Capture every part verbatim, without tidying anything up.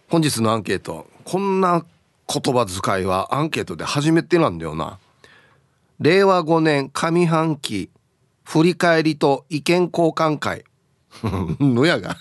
本日のアンケート、こんな言葉遣いはアンケートで初めてなんだよな。れいわごねん上半期振り返りと意見交換会のやが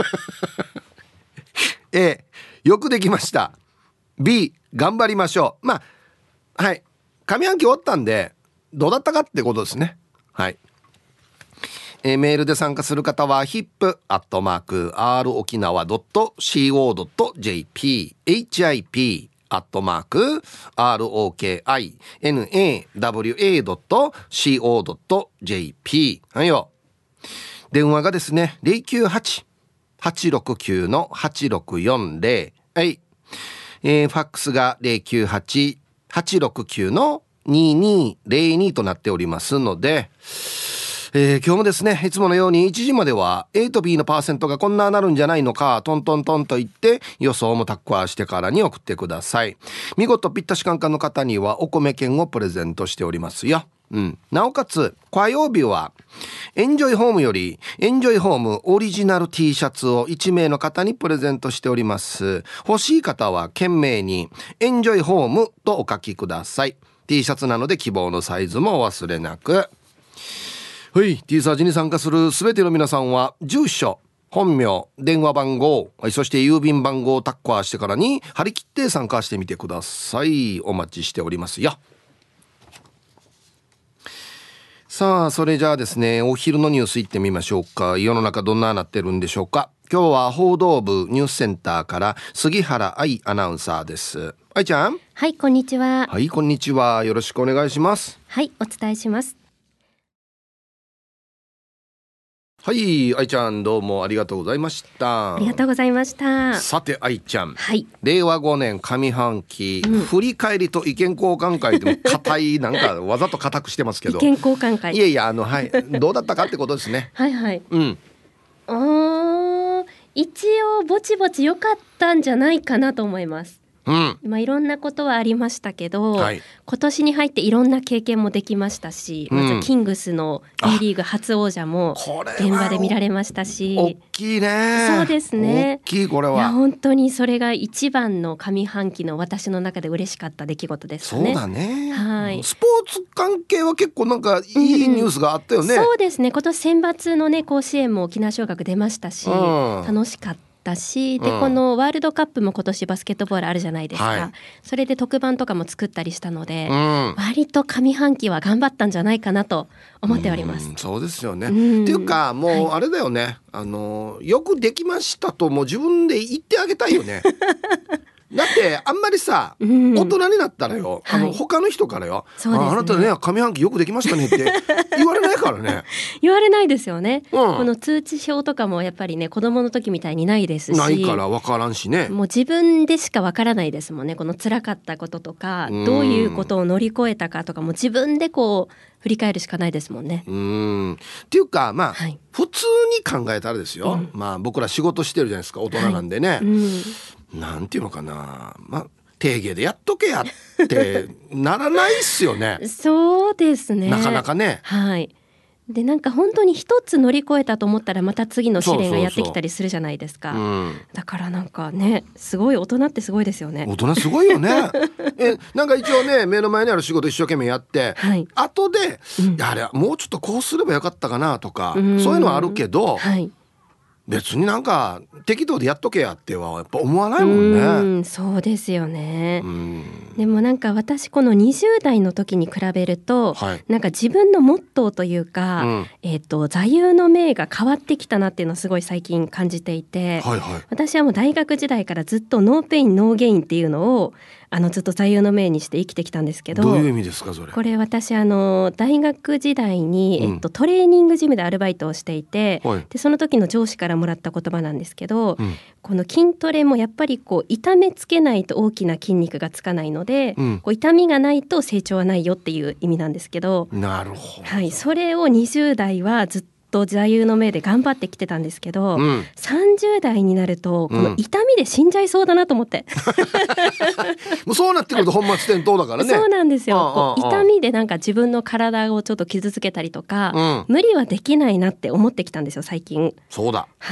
A よくできました、 B 頑張りましょう。まあはい、上半期終わったんでどうだったかってことですね。はい、えー、メールで参加する方は ヒップ アットマーク アール 沖縄 ドット シーオー ドット ジェーピー ヒップ アットマーク アール オーケーアイエヌエーダブリューエー ドット シーオー ドット ジェーピー はいよ。電話がですね ゼロきゅうはち はちろくきゅう はちろくよんゼロ、はい、えー、ファックスが ゼロきゅうはち はちろくきゅう ににゼロにとなっておりますので、えー、今日もですねいつものようにいちじまでは A と B のパーセントがこんななるんじゃないのかトントントンと言って予想もタッカーしてからに送ってください。見事ぴったしカンカンの方にはお米券をプレゼントしておりますよ。うん、なおかつ火曜日はエンジョイホームよりエンジョイホームオリジナル T シャツをいちめいの方にプレゼントしております。欲しい方は懸命にエンジョイホームとお書きください。 T シャツなので希望のサイズもお忘れなく。はい、 T サージに参加するすべての皆さんは住所、本名、電話番号、そして郵便番号をタッカーしてからに張り切って参加してみてください。お待ちしておりますよ。さあそれじゃあですね、お昼のニュースいってみましょうか。世の中どんななってるんでしょうか。今日は報道部ニュースセンターから杉原愛アナウンサーです。愛ちゃん。 はい、こんにちは。 はい、こんにちは、よろしくお願いします。 はい、お伝えします。 はい、愛ちゃんどうもありがとうございました。 ありがとうございました。 さて愛ちゃん、 はい、 れいわごねん上半期、うん、振り返りと意見交換会でも固いなんかわざと固くしてますけど意見交換会、 いやいやあのはいどうだったかってことですねはいはい、 うん、 おー、一応ぼちぼち良かったんじゃないかなと思います。うん、まあいろんなことはありましたけど、はい、今年に入っていろんな経験もできましたし、うん、まずキングスの B リーグ初王者も現場で見られましたし、 大きいね。 そうですね、 大きい。これはいや本当にそれが一番の上半期の私の中で嬉しかった出来事ですね。 そうだね、 はい、 スポーツ関係は結構なんかいいニュースがあったよね、 うん、そうですね。今年選抜のね甲子園も沖縄尚学出ましたし、うん、楽しかっただし、で、うん、このワールドカップも今年バスケットボールあるじゃないですか、はい、それで特番とかも作ったりしたので、うん、割と上半期は頑張ったんじゃないかなと思っております。 うん、そうですよね、うん、っていうかもうあれだよね、はい、あのよくできましたともう自分で言ってあげたいよねだってあんまりさ、うん、大人になったらよ、あの、はい、他の人からよ、ね、あ, あなたね上半期よくできましたねって言われないからね言われないですよね、うん、この通知表とかもやっぱりね子供の時みたいにないですし、 ないから分からんしね、 もう自分でしか分からないですもんね。この辛かったこととか、うん、どういうことを乗り越えたかとかも自分でこう振り返るしかないですもんね。 うーんっていうかまあ、はい、普通に考えたらですよ、うん、まあ僕ら仕事してるじゃないですか、大人なんでね、はい、うんなんていうのかな、まあ定芸でやっとけやってならないっすよねそうですね、 なかなかね。 はい。でなんか本当に一つ乗り越えたと思ったらまた次の試練がやってきたりするじゃないですか。そうそうそう、うん、だからなんかねすごい大人ってすごいですよね。 大人すごいよねえなんか一応ね目の前にある仕事一生懸命やって、はい、後で、うん、いやあれもうちょっとこうすればよかったかなとか、うん、そういうのはあるけど、はい、別になんか適当でやっとけやってはやっぱ思わないもんね。 うん、そうですよね。うんでもなんか私このにじゅう代の時に比べると、はい、なんか自分のモットーというか、うんえー、と座右の銘が変わってきたなっていうのをすごい最近感じていて、はいはい、私はもう大学時代からずっとノーペインノーゲインっていうのをあのずっと座右の銘にして生きてきたんですけど。 どういう意味ですかそれ。 これ私あの大学時代に、えっと、トレーニングジムでアルバイトをしていて、うん、でその時の上司からもらった言葉なんですけど、うん、この筋トレもやっぱりこう痛めつけないと大きな筋肉がつかないので、うん、こう痛みがないと成長はないよっていう意味なんですけど。 なるほど、 はい、それをにじゅう代はずっと座右の銘で頑張ってきてたんですけど、うん、さんじゅう代になるとこの痛みで死んじゃいそうだなと思って、 うん、もうそうなってくると本末転倒だからね。 そうなんですよ。ああああこう痛みでなんか自分の体をちょっと傷つけたりとか、うん、無理はできないなって思ってきたんですよ最近。 そうだ、 はい、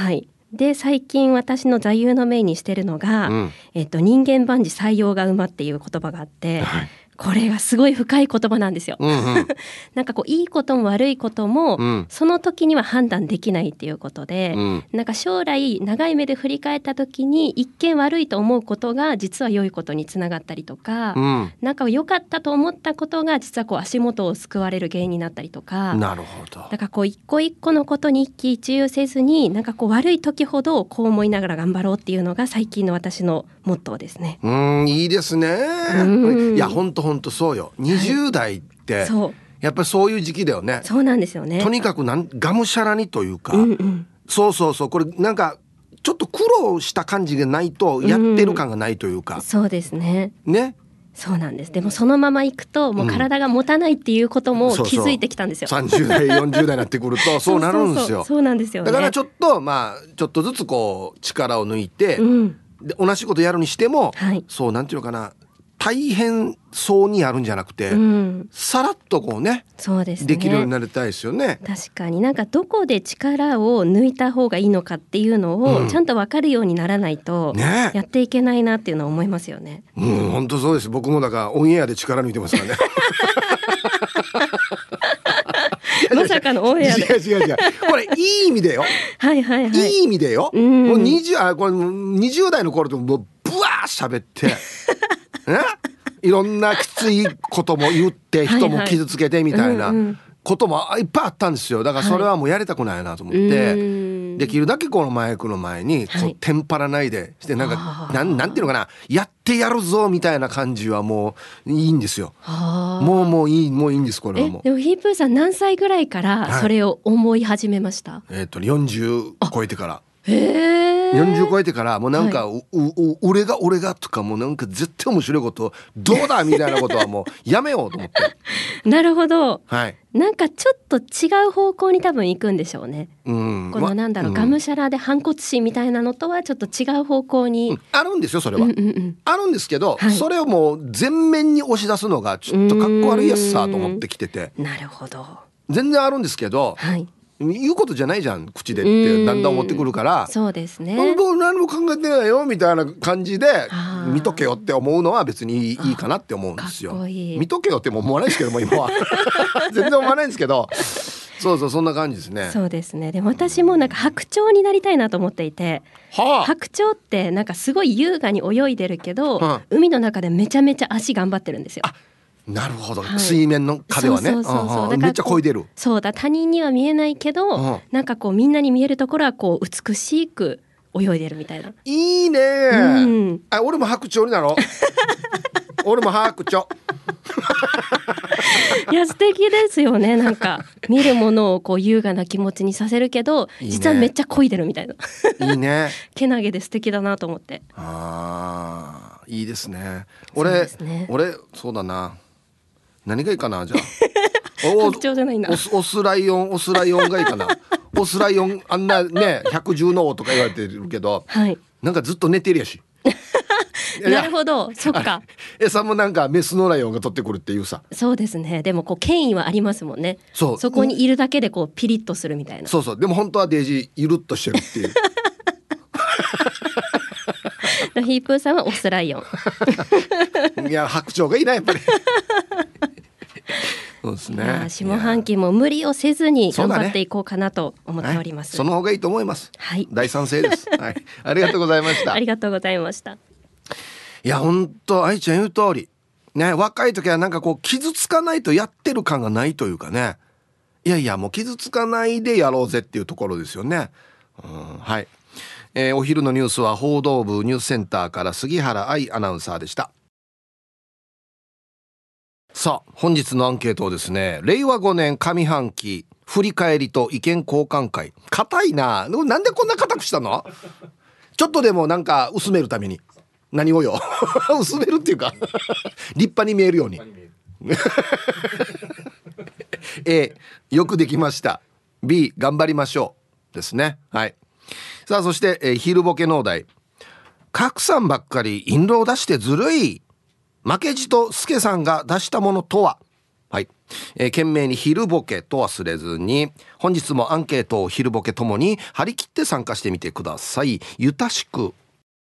で最近私の座右の銘にしてるのが、うん、えっと、人間万事採用が馬っていう言葉があって、はい、これがすごい深い言葉なんですよ、うんうん、なんかこういいことも悪いことも、うん、その時には判断できないっていうことで、うん、なんか将来長い目で振り返った時に一見悪いと思うことが実は良いことにつながったりとか、うん、なんか良かったと思ったことが実はこう足元を救われる原因になったりとか、 なるほど。 だからこう一個一個のことに一喜一憂せずに、なんかこう悪い時ほどこう思いながら頑張ろうっていうのが最近の私のモットーですね。 うん、いいですね。うん、いや本当本当そうよ。にじゅう代って、はい、そうやっぱりそういう時期だよね。 そうなんですよね。 とにかくなんがむしゃらにというか、うんうん、そうそうそう、これなんかちょっと苦労した感じがないとやってる感がないというか、うん、 そうですね。 ね。 そうなんです。でもそのままいくともう体が持たないっていうことも気づいてきたんですよ、 うん、そうそうさんじゅう代よんじゅう代になってくるとそうなるんですよ。 そうそうそう、そうなんですよね。 だからちょっとまあちょっとずつこう力を抜いて、うん、で同じことやるにしても、はい、そうなんていうのかな、大変そうにやるんじゃなくて、うん、さらっとこうね、 そうですね、 できるようになりたいですよね。 確かになんかどこで力を抜いた方がいいのかっていうのをちゃんと分かるようにならないとやっていけないなっていうのは思いますよね。 うん、本当そうです。僕もだからオンエアで力抜いてますからねまさかのオンエアで違う違う違う、これいい意味でよはいはい、はい、 いい意味でよ、うん、もう 20, あこれにじゅう代の頃ともうブワー喋っていろんなきついことも言って人も傷つけてみたいなこともいっぱいあったんですよ。だからそれはもうやりたくないなと思って、はい、できるだけこのマイクの前にこうテンパらないでしてなんかなん、なんていうのかな、やってやるぞみたいな感じはもういいんですよ。もうもういいもういいんです。これはもう。 えでもヒープーさん何歳ぐらいからそれを思い始めました？はい、 えー、とよんじゅう超えてから。 へー、 よんじゅう超えてからもうなんか、はい、うう俺が俺がとかもうなんか絶対面白いことどうだみたいなことはもうやめようと思ってなるほど、 はい、 なんかちょっと違う方向に多分行くんでしょうね、うん、このなんだろう、ま、がむしゃらで反骨心みたいなのとはちょっと違う方向に、うん、 あるんですよそれは、うんうんうん、あるんですけど、はい、それをもう全面に押し出すのがちょっとかっこ悪いやつさと思ってきてて。 なるほど。 全然あるんですけど、はい、言うことじゃないじゃん口でってだんだん思ってくるから、 そうですね、 僕何も考えてないよみたいな感じで見とけよって思うのは別にいいかなって思うんですよ。かっこいい。見とけよっても思わないですけども今は全然思わないんですけどそうそうそんな感じですね。 そうですね。でも私もなんか白鳥になりたいなと思っていて、はあ、白鳥ってなんかすごい優雅に泳いでるけど、はあ、海の中でめちゃめちゃ足頑張ってるんですよ。あ、 なるほど、はい、水面の風はね、そうそうそうそう、だからめっちゃ漕いでる。 そうだ、他人には見えないけど、うん、なんかこうみんなに見えるところはこう美しく泳いでるみたいな。 いいね、うん、あ、俺も白鳥になろう俺も白鳥いや素敵ですよね。なんか見るものをこう優雅な気持ちにさせるけどいい、ね、実はめっちゃ漕いでるみたいないいねけなげで素敵だなと思って。 あー、いいですね。俺そうですね、俺そうだな、何がいいかな、じゃあ白鳥じゃないんだ。 オス、オスライオンオスライオンがいいかなオスライオンあんなねひゃくじゅうの王とか言われてるけど、はい、なんかずっと寝てるやしなるほど、そっか。 餌もなんかメスのライオンが取ってくるっていうさ。 そうですね。でもこう権威はありますもんね。そう、そこにいるだけでこうピリッとするみたいな。 そうそう。でも本当はデージーゆるっとしてるっていうヒープーさんはオスライオンいや白鳥がいいなやっぱりそうですね。 下半期も無理をせずに頑張っていこうかなと思っております。 そ,、ねはい、その方がいいと思います、はい、大賛成です、はい、ありがとうございましたありがとうございました。 いや本当愛ちゃん言う通りね、若い時はなんかこう傷つかないとやってる感がないというかね、いやいやもう傷つかないでやろうぜっていうところですよね、うん、はい、えー、お昼のニュースは報道部ニュースセンターから杉原愛アナウンサーでした。さあ本日のアンケートをですね、れいわごねん上半期振り返りと意見交換会、硬いな、なんでこんな硬くしたのちょっとでもなんか薄めるために何をよ薄めるっていうか立派に見えるようにA よくできました、 B 頑張りましょうですね。はい、さあそして、えー、昼ボケ農大、格さんばっかり印籠を出してずるい、負けじとスケさんが出したものとははい、えー、懸命に昼ボケと忘れずに、本日もアンケートを昼ボケともに張り切って参加してみてください。ゆたしく。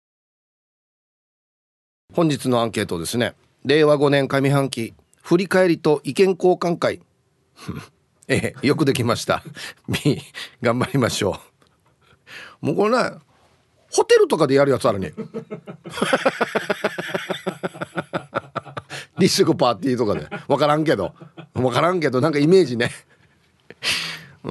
本日のアンケートですね。れいわごねん上半期振り返りと意見交換会えー、よくできました。B 頑張りましょう。もうこれね、ホテルとかでやるやつあるね。立食パーティーとかで分からんけど分からんけどなんかイメージね。うん、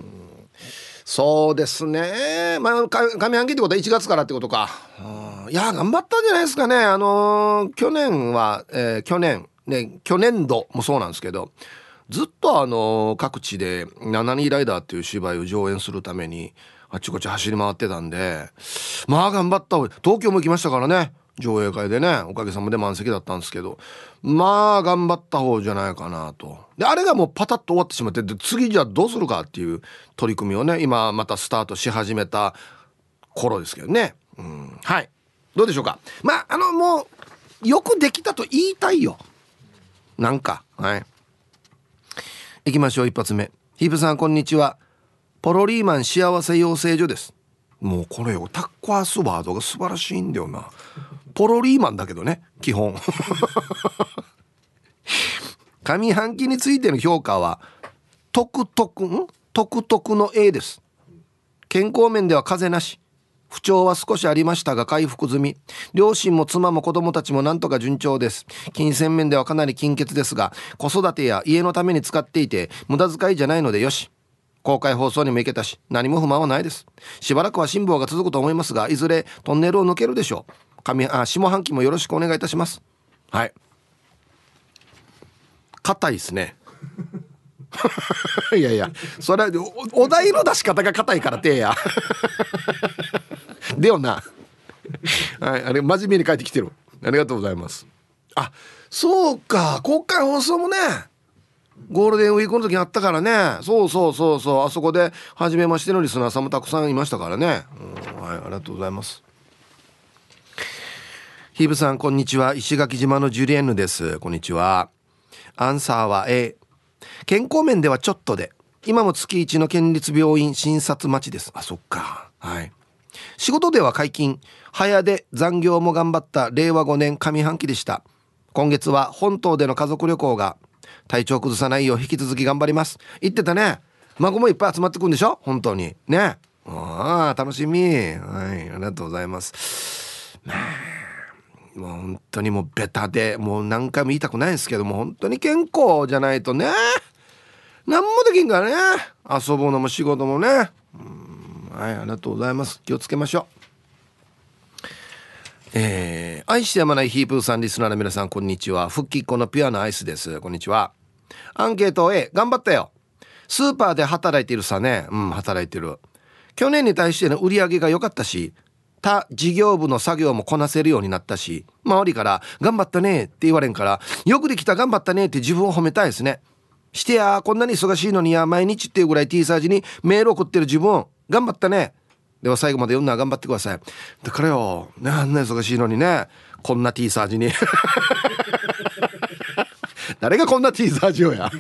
そうですね。まあ上半期ってことはいちがつからってことか。いや頑張ったんじゃないですかね。あのー、去年は、えー、去年ね去年度もそうなんですけど、ずっとあのー、各地でななにライダーっていう芝居を上演するためにあっちこっち走り回ってたんで、まあ頑張った。東京も行きましたからね、上映会でね、おかげさまで満席だったんですけど、まあ頑張った方じゃないかなと。であれがもうパタッと終わってしまって、で次じゃあどうするかっていう取り組みをね、今またスタートし始めた頃ですけどね、うん、はい、どうでしょうか。まああのもうよくできたと言いたいよ、なんか。はい、行きましょう。一発目、ヒープさんこんにちは。ポロリーマン幸せ養成所です。もうこれをタッコアスワードが素晴らしいんだよな。ポロリーマンだけどね基本。上半期についての評価は特特ん特特の A です。健康面では風邪なし、不調は少しありましたが回復済み、両親も妻も子供たちもなんとか順調です。金銭面ではかなり金欠ですが、子育てや家のために使っていて無駄遣いじゃないのでよし。公開放送にも行けたし何も不満はないです。しばらくは辛抱が続くと思いますが、いずれトンネルを抜けるでしょう。上あ下半期もよろしくお願いいたします。はい、硬いですね。いやいや、それは お, お題の出し方が硬いからてや。でよな。はい、あれ真面目に書いてきてる。ありがとうございます。あ、そうか、公開放送もねゴールデンウィークの時あったからね。そうそうそうそう、あそこで初めましてのリスナーさんもたくさんいましたからね、うん、はい、ありがとうございます。ヒーブさんこんにちは。石垣島のジュリエンヌです。こんにちは。アンサーは A。 健康面ではちょっとで今も月いちの県立病院診察待ちです。あ、そっか。はい。仕事では解禁、早で残業も頑張ったれいわごねん上半期でした。今月は本島での家族旅行が、体調崩さないよう引き続き頑張ります。言ってたね。孫もいっぱい集まってくるんでしょ本当にね。ああ楽しみ。はい、ありがとうございます。まあもう本当にもうベタでもう何回も言いたくないんですけども、本当に健康じゃないとね何もできんからね。遊ぶのも仕事もね。うん、はい、ありがとうございます。気をつけましょう。えー、愛してやまないヒープーさん、リスナーの皆さんこんにちは。復帰っ子のピュアなアイスです。こんにちは。アンケート A、 頑張ったよ。スーパーで働いてるさね。うん、働いてる。去年に対しての売り上げが良かったし、他事業部の作業もこなせるようになったし、周りから頑張ったねって言われんから、よくできた頑張ったねって自分を褒めたいですね。してやこんなに忙しいのにや毎日っていうぐらい T サージにメール送ってる自分頑張ったね。では最後まで読んだら頑張ってください。だからよ、ね、あんな忙しいのにね、こんな T サージに誰がこんな T サージをや。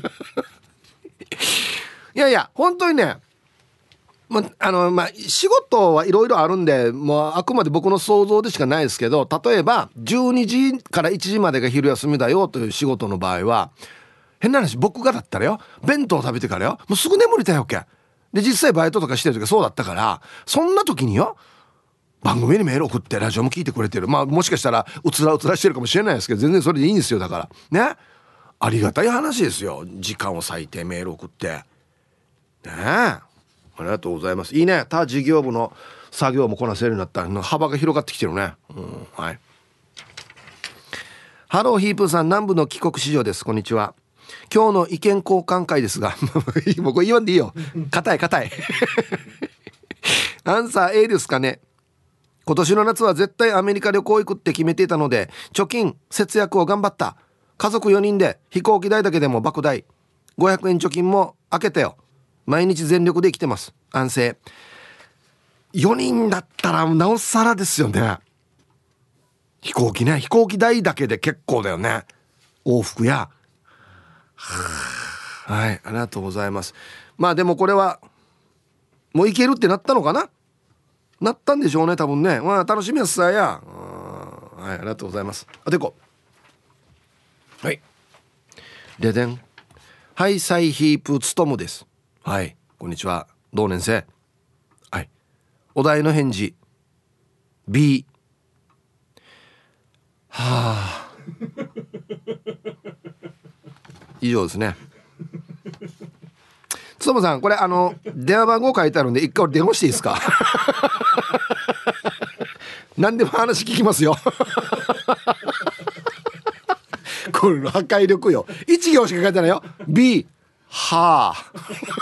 いやいや本当にね、まあのまあ仕事はいろいろあるんで、もうあくまで僕の想像でしかないですけど、例えばじゅうにじからいちじまでが昼休みだよという仕事の場合は、変な話僕がだったらよ、弁当食べてからよもうすぐ眠りたいわけで、実際バイトとかしてる時はそうだったから、そんな時によ番組にメール送ってラジオも聞いてくれてる、まあもしかしたらうつらうつらしてるかもしれないですけど、全然それでいいんですよ。だからね、ありがたい話ですよ。時間を割いてメール送ってねえ、ありがとうございます。いいね。他事業部の作業もこなせるようになったら幅が広がってきてるね、うん、はい。ハローヒープーさん、南部の帰国子女です。こんにちは。今日の意見交換会ですがもうこれ言わんでいいよ、硬い硬いアンサー A ですかね。今年の夏は絶対アメリカ旅行行くって決めていたので、貯金節約を頑張った。家族よにんで飛行機代だけでも莫大。ごひゃくえん貯金も開けたよ。毎日全力で生きてます。安静。よにんだったらなおさらですよね。飛行機ね、飛行機代だけで結構だよね。往復やはい、ありがとうございます。まあでもこれはもういけるってなったのかな、なったんでしょうね多分ね。まあ楽しみやすさや。はい、ありがとうございます。あてこはいででん、ハイサイヒープツトムです。はい、こんにちは、同年生。はい、お題の返事 B。 はあ以上ですね。つともさん、これあの電話番号書いてあるんで一回電話していいですか何でも話聞きますよこれの破壊力よ。一行しか書いてないよ。 B。 はあ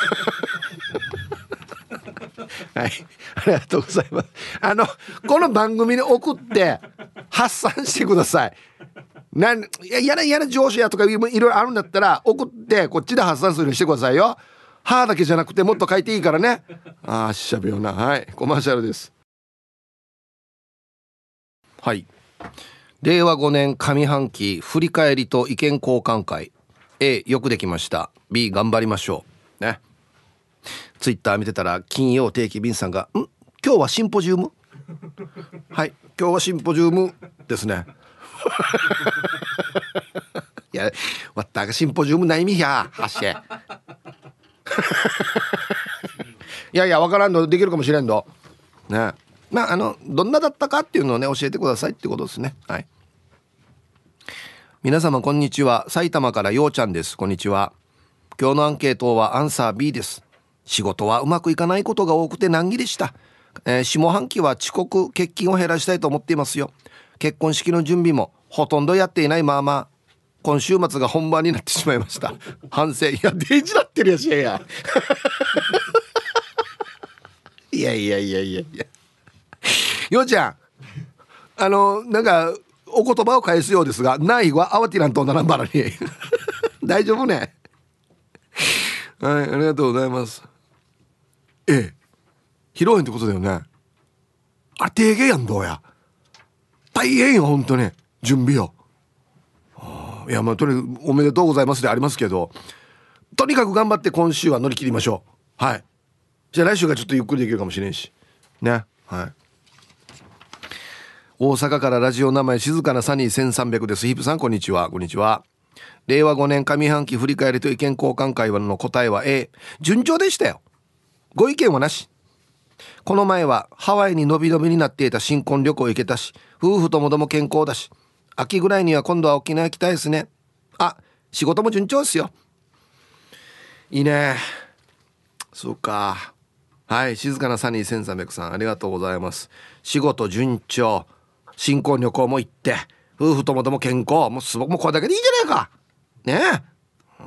はい、ありがとうございます。あのこの番組に送って発散してください。なんいや嫌な嫌な上司やとかいろいろあるんだったら送ってこっちで発散するようにしてくださいよ。はあだけじゃなくてもっと書いていいからね。ああしゃべよな。はい、コマーシャルです。はい、れいわごねん上半期振り返りと意見交換会。 A よくできました。 B 頑張りましょうね。ツイッター見てたら金曜定期便さんがん今日はシンポジウムはい今日はシンポジウムですねいやわったがシンポジウムないみひゃはっしいやいやわからんのできるかもしれんのね。まああのどんなだったかっていうのをね教えてくださいってことですね。はい、皆様こんにちは、埼玉からようちゃんです。こんにちは。今日のアンケートはアンサー B です。仕事はうまくいかないことが多くて難儀でした、えー、下半期は遅刻欠勤を減らしたいと思っていますよ。結婚式の準備もほとんどやっていないまま今週末が本番になってしまいました。反省。いやデイジなってるやしややいやいやいやいやいやようちゃん、あのなんかお言葉を返すようですがないは慌てなんとならんばらに大丈夫ね。はい、ありがとうございます。ええ披露宴ってことだよね。あれ提言やんどうや大変よ本当に準備よ。いやまあとにかくおめでとうございますでありますけど、とにかく頑張って今週は乗り切りましょう。はい、じゃあ来週がちょっとゆっくりできるかもしれんしね。はい、大阪からラジオ名前静かなサニーせんさんびゃくです。ヒープさんこんにちは。こんにちは。れいわごねん上半期振り返りと意見交換会話の答えは A。 順調でしたよ。ご意見はなし。この前はハワイにのびのびになっていた新婚旅行行けたし、夫婦ともども健康だし、秋ぐらいには今度は沖縄行きたいですね。あ、仕事も順調ですよ。いいね。そうか。はい、静かなサニーせんさんびゃくさんありがとうございます。仕事順調、新婚旅行も行って、夫婦ともども健康、もうすごくもうこれだけでいいじゃないかねえ。うん、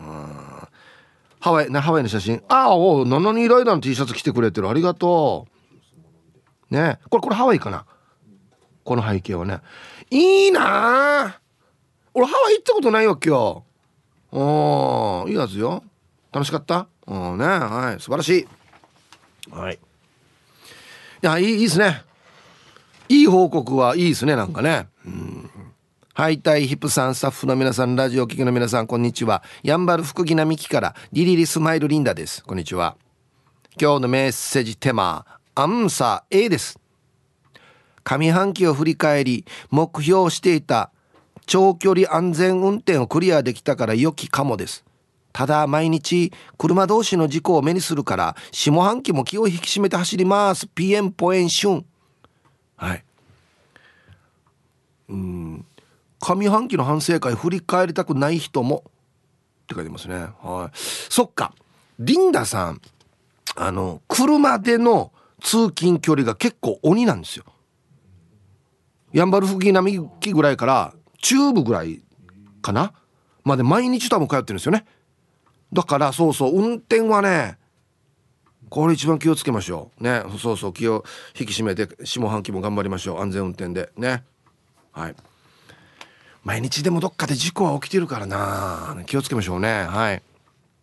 ハワイね、ハワイの写真。ああ、おう、ななにライダーの T シャツ着てくれてる、ありがとうね。これこれハワイかな、この背景はね。いいなあ。俺ハワイ行ったことないわ今日。おー、いいやつよ。楽しかった。うんね、はい、素晴らしい。はい、いや、いい、いいですね。いい報告はいいですね、なんかね。うん、ハイタイヒップさん、スタッフの皆さん、ラジオ聴きの皆さん、こんにちは。やんばる福木並木からリリリスマイルリンダです。こんにちは。今日のメッセージテーマ、アンサー A です。上半期を振り返り、目標していた長距離安全運転をクリアできたから良きかもです。ただ毎日車同士の事故を目にするから下半期も気を引き締めて走ります。 ピーエム ポエンシュン。はい、うーん、上半期の反省会振り返りたくない人もって書いてますね。はい、そっか、リンダさん、あの車での通勤距離が結構鬼なんですよ。やんばる福木並木ぐらいから中部ぐらいかなまで毎日多分通ってるんですよね。だからそうそう、運転はねこれ一番気をつけましょうね。そうそう、気を引き締めて下半期も頑張りましょう。安全運転でね。はい、毎日でもどっかで事故は起きてるからな、気をつけましょうね。はい、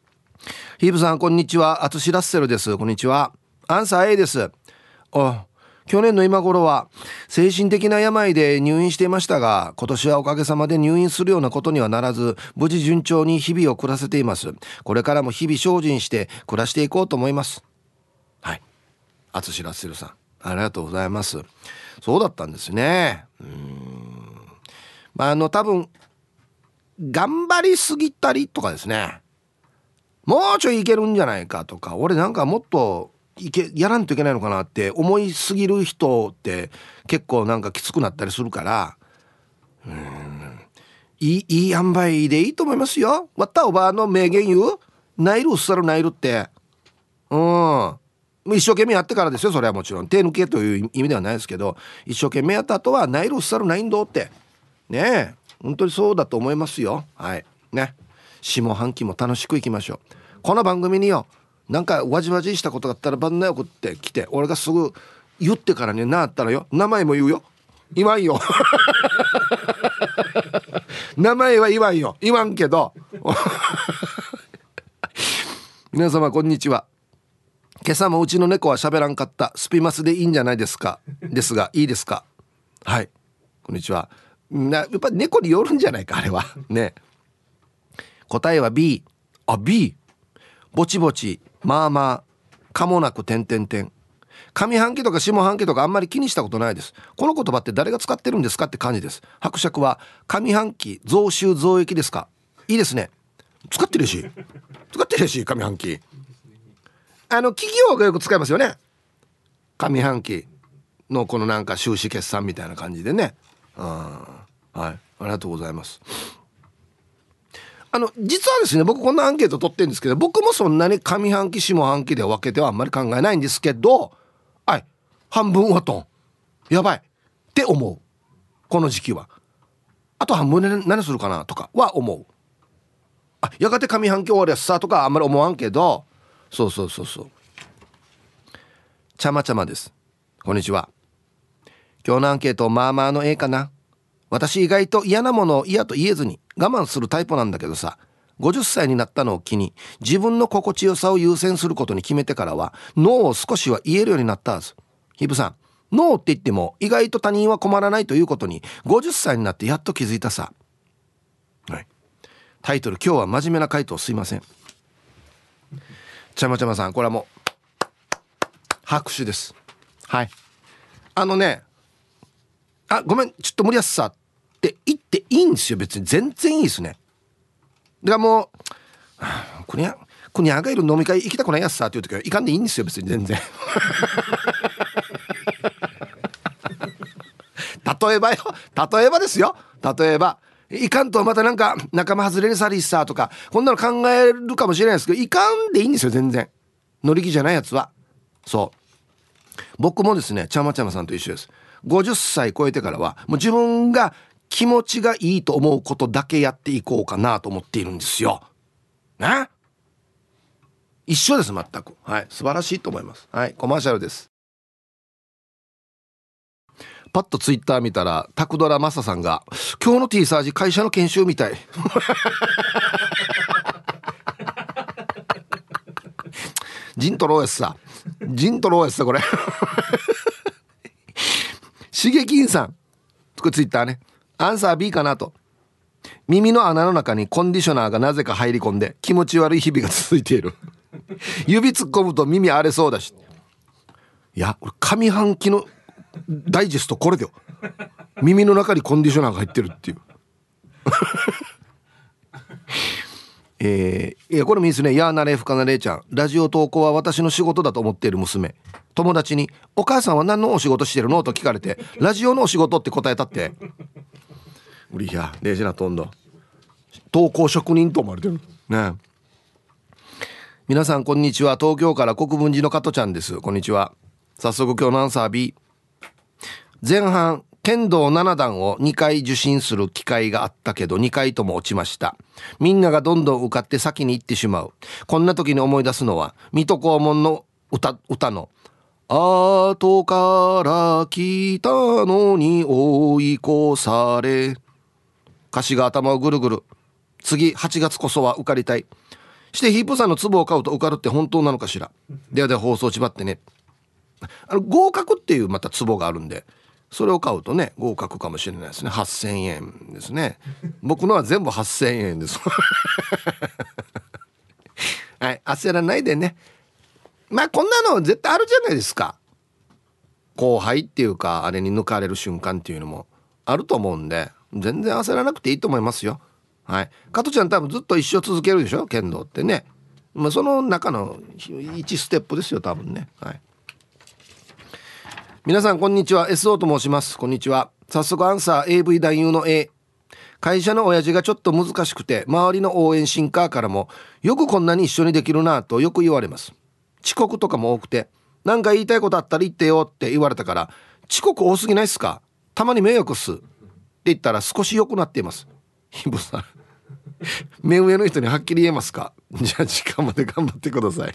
ヒープさんこんにちは、アツシラッセルです。こんにちは。アンサー A です。あ、 去年の今頃は精神的な病で入院していましたが、今年はおかげさまで入院するようなことにはならず、無事順調に日々を暮らせています。これからも日々精進して暮らしていこうと思います。はい、あつしらっせるさん、ありがとうございます。そうだったんですね。うーん、まああの多分頑張りすぎたりとかですね、もうちょいいけるんじゃないかとか、俺なんかもっといけやらんといけないのかなって思いすぎる人って結構なんかきつくなったりするから、うーん、いいいい塩梅でいいと思いますよ。わったおばあの名言言う、ナイルうっさるナイルって、うん一生懸命やってからですよ。それはもちろん手抜けという意味ではないですけど、一生懸命やった後はナイルうっさるないんどってねえ、本当にそうだと思いますよ。はいね、下半期も楽しくいきましょう。この番組によなんかわじわじしたことがあったら番内送ってきて、俺がすぐ言ってからね、なったらよ、名前も言うよ。言わんよ名前は言わんよ、言わんけど皆様こんにちは。今朝もうちの猫は喋らんかった。スピマスでいいんじゃないですか、ですがいいですか。はい、こんにちは。なやっぱ猫によるんじゃないかあれはね。答えは B。 あ B、 ぼちぼち、まあまあ、かもなく点々点。上半期とか下半期とかあんまり気にしたことないです。この言葉って誰が使ってるんですかって感じです。伯爵は上半期増収増益ですか。いいですね、使ってるし使ってるし上半期、あの企業がよく使いますよね。上半期のこのなんか収支決算みたいな感じでね。うん、はい、ありがとうございます。あの実はですね、僕こんなアンケート取ってるんですけど、僕もそんなに上半期下半期で分けてはあんまり考えないんですけど、はい、半分はとんやばいって思う。この時期はあと半分で何するかなとかは思う。あ、やがて上半期終わりやさとかあんまり思わんけど、そうそうそうそう。ちゃまちゃまです。こんにちは。今日のアンケートまあまあのええかな。私意外と嫌なものを嫌と言えずに我慢するタイプなんだけどさ、ごじゅっさいになったのを機に自分の心地よさを優先することに決めてからはノーを少しは言えるようになったはず。ヒブさん、ノーって言っても意外と他人は困らないということにごじゅっさいになってやっと気づいたさ。はい、タイトル今日は真面目な回答すいません。ちゃまちゃまさん、これはもう拍手です。はい、あのね、あごめんちょっと無理やっさって言っていいんですよ。別に全然いいですね。だからもう、はあ、こにゃこにゃがいる飲み会行きたくないやっさっていう時は行かんでいいんですよ別に全然例えばよ、例えばですよ、例えばいかんとまたなんか仲間外れにさりさとかこんなの考えるかもしれないですけど、いかんでいいんですよ全然。乗り気じゃないやつは。そう僕もですね、ちゃまちゃまさんと一緒です。ごじゅっさい超えてからはもう自分が気持ちがいいと思うことだけやっていこうかなと思っているんですよね。一緒です全く。はい、素晴らしいと思います。はい、コマーシャルです。パッとツイッター見たらタクドラマサさんが今日の T サージ会社の研修みたいジントローやつさ、ジントローやつさこれしげきんさん、これツイッターね、アンサー B かなと。耳の穴の中にコンディショナーがなぜか入り込んで気持ち悪い日々が続いている指突っ込むと耳荒れそうだし。いや俺上半期のダイジェストこれだよ。耳の中にコンディショナーが入ってるっていうえー、いやこれもいいですね。やーなれふかなれいちゃん、ラジオ投稿は私の仕事だと思っている娘。友達にお母さんは何のお仕事してるのと聞かれてラジオのお仕事って答えたって。うりやレジなとんど投稿職人と思われてるね。皆さんこんにちは。東京から国分寺の加トちゃんです。こんにちは。早速今日のアンサー B。 前半剣道なな段をにかい受診する機会があったけどにかいとも落ちました。みんながどんどん受かって先に行ってしまう。こんな時に思い出すのは水戸黄門の 歌, 歌の後から来たのに追い越され。歌詞が頭をぐるぐる。次はちがつこそは受かりたい。してヒープさんの壺を買うと受かるって本当なのかしら。ではでは放送ちばってね。 あの合格っていうまた壺があるんで、それを買うとね合格かもしれないですね。はっせんえんですね。僕のは全部はっせんえんですはい、焦らないでね。まあこんなの絶対あるじゃないですか。後輩っていうかあれに抜かれる瞬間っていうのもあると思うんで、全然焦らなくていいと思いますよ。はい。加トちゃん多分ずっと一生続けるでしょ、剣道ってね。まあその中のいちステップですよ多分ね。はい。皆さんこんにちは、 エスオー と申します。こんにちは。早速アンサー エーブイ 男優の A。 会社の親父がちょっと難しくて、周りの応援シンカーからもよくこんなに一緒にできるなとよく言われます。遅刻とかも多くて、なんか言いたいことあったら言ってよって言われたから、遅刻多すぎないっすか、たまに迷惑っすって言ったら少し良くなっています。ひぶさん目上の人にはっきり言えますか。じゃあ時間まで頑張ってください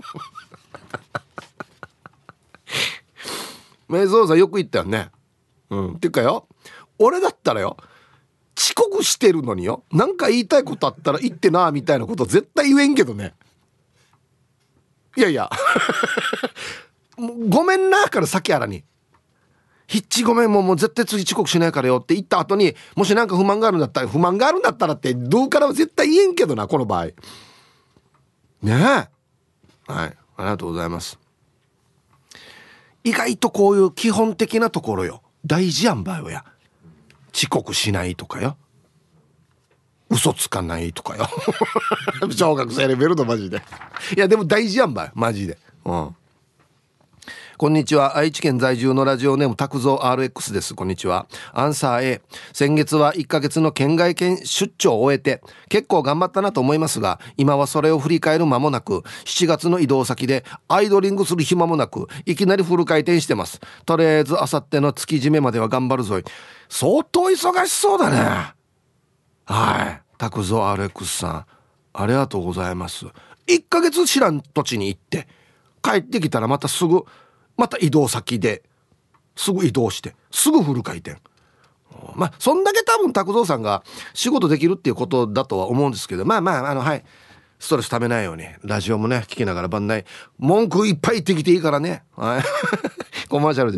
メイゾーさんよく言ったよね。うんっていうかよ、俺だったらよ、遅刻してるのによ、なんか言いたいことあったら言ってなみたいなこと絶対言えんけどね。いやいやごめんなから先あらにヒッチごめんもうもう絶対次遅刻しないからよって言った後に、もしなんか不満があるんだったら不満があるんだったらってどうからは絶対言えんけどな、この場合ねえ。はいありがとうございます。意外とこういう基本的なところよ大事やんばよや。遅刻しないとかよ、嘘つかないとかよ小学生レベルのマジでいやでも大事やんばよマジで。うんこんにちは、愛知県在住のラジオネーム拓蔵 アールエックス です。こんにちは。アンサー A。 先月はいっかげつの県外県出張を終えて結構頑張ったなと思いますが、今はそれを振り返る間もなく、しちがつの移動先でアイドリングする暇もなく、いきなりフル回転してます。とりあえずあさっての月締めまでは頑張るぞい。相当忙しそうだね。はい、拓蔵 アールエックス さんありがとうございます。いっかげつ知らん土地に行って帰ってきたらまたすぐまた移動先ですぐ移動してすぐフル回転。まあそんだけ多分拓蔵さんが仕事できるっていうことだとは思うんですけど、まあまああのはいストレスためないようにラジオもね聞きながら番内文句いっぱい言ってきていいからね。はいコマーシャルです。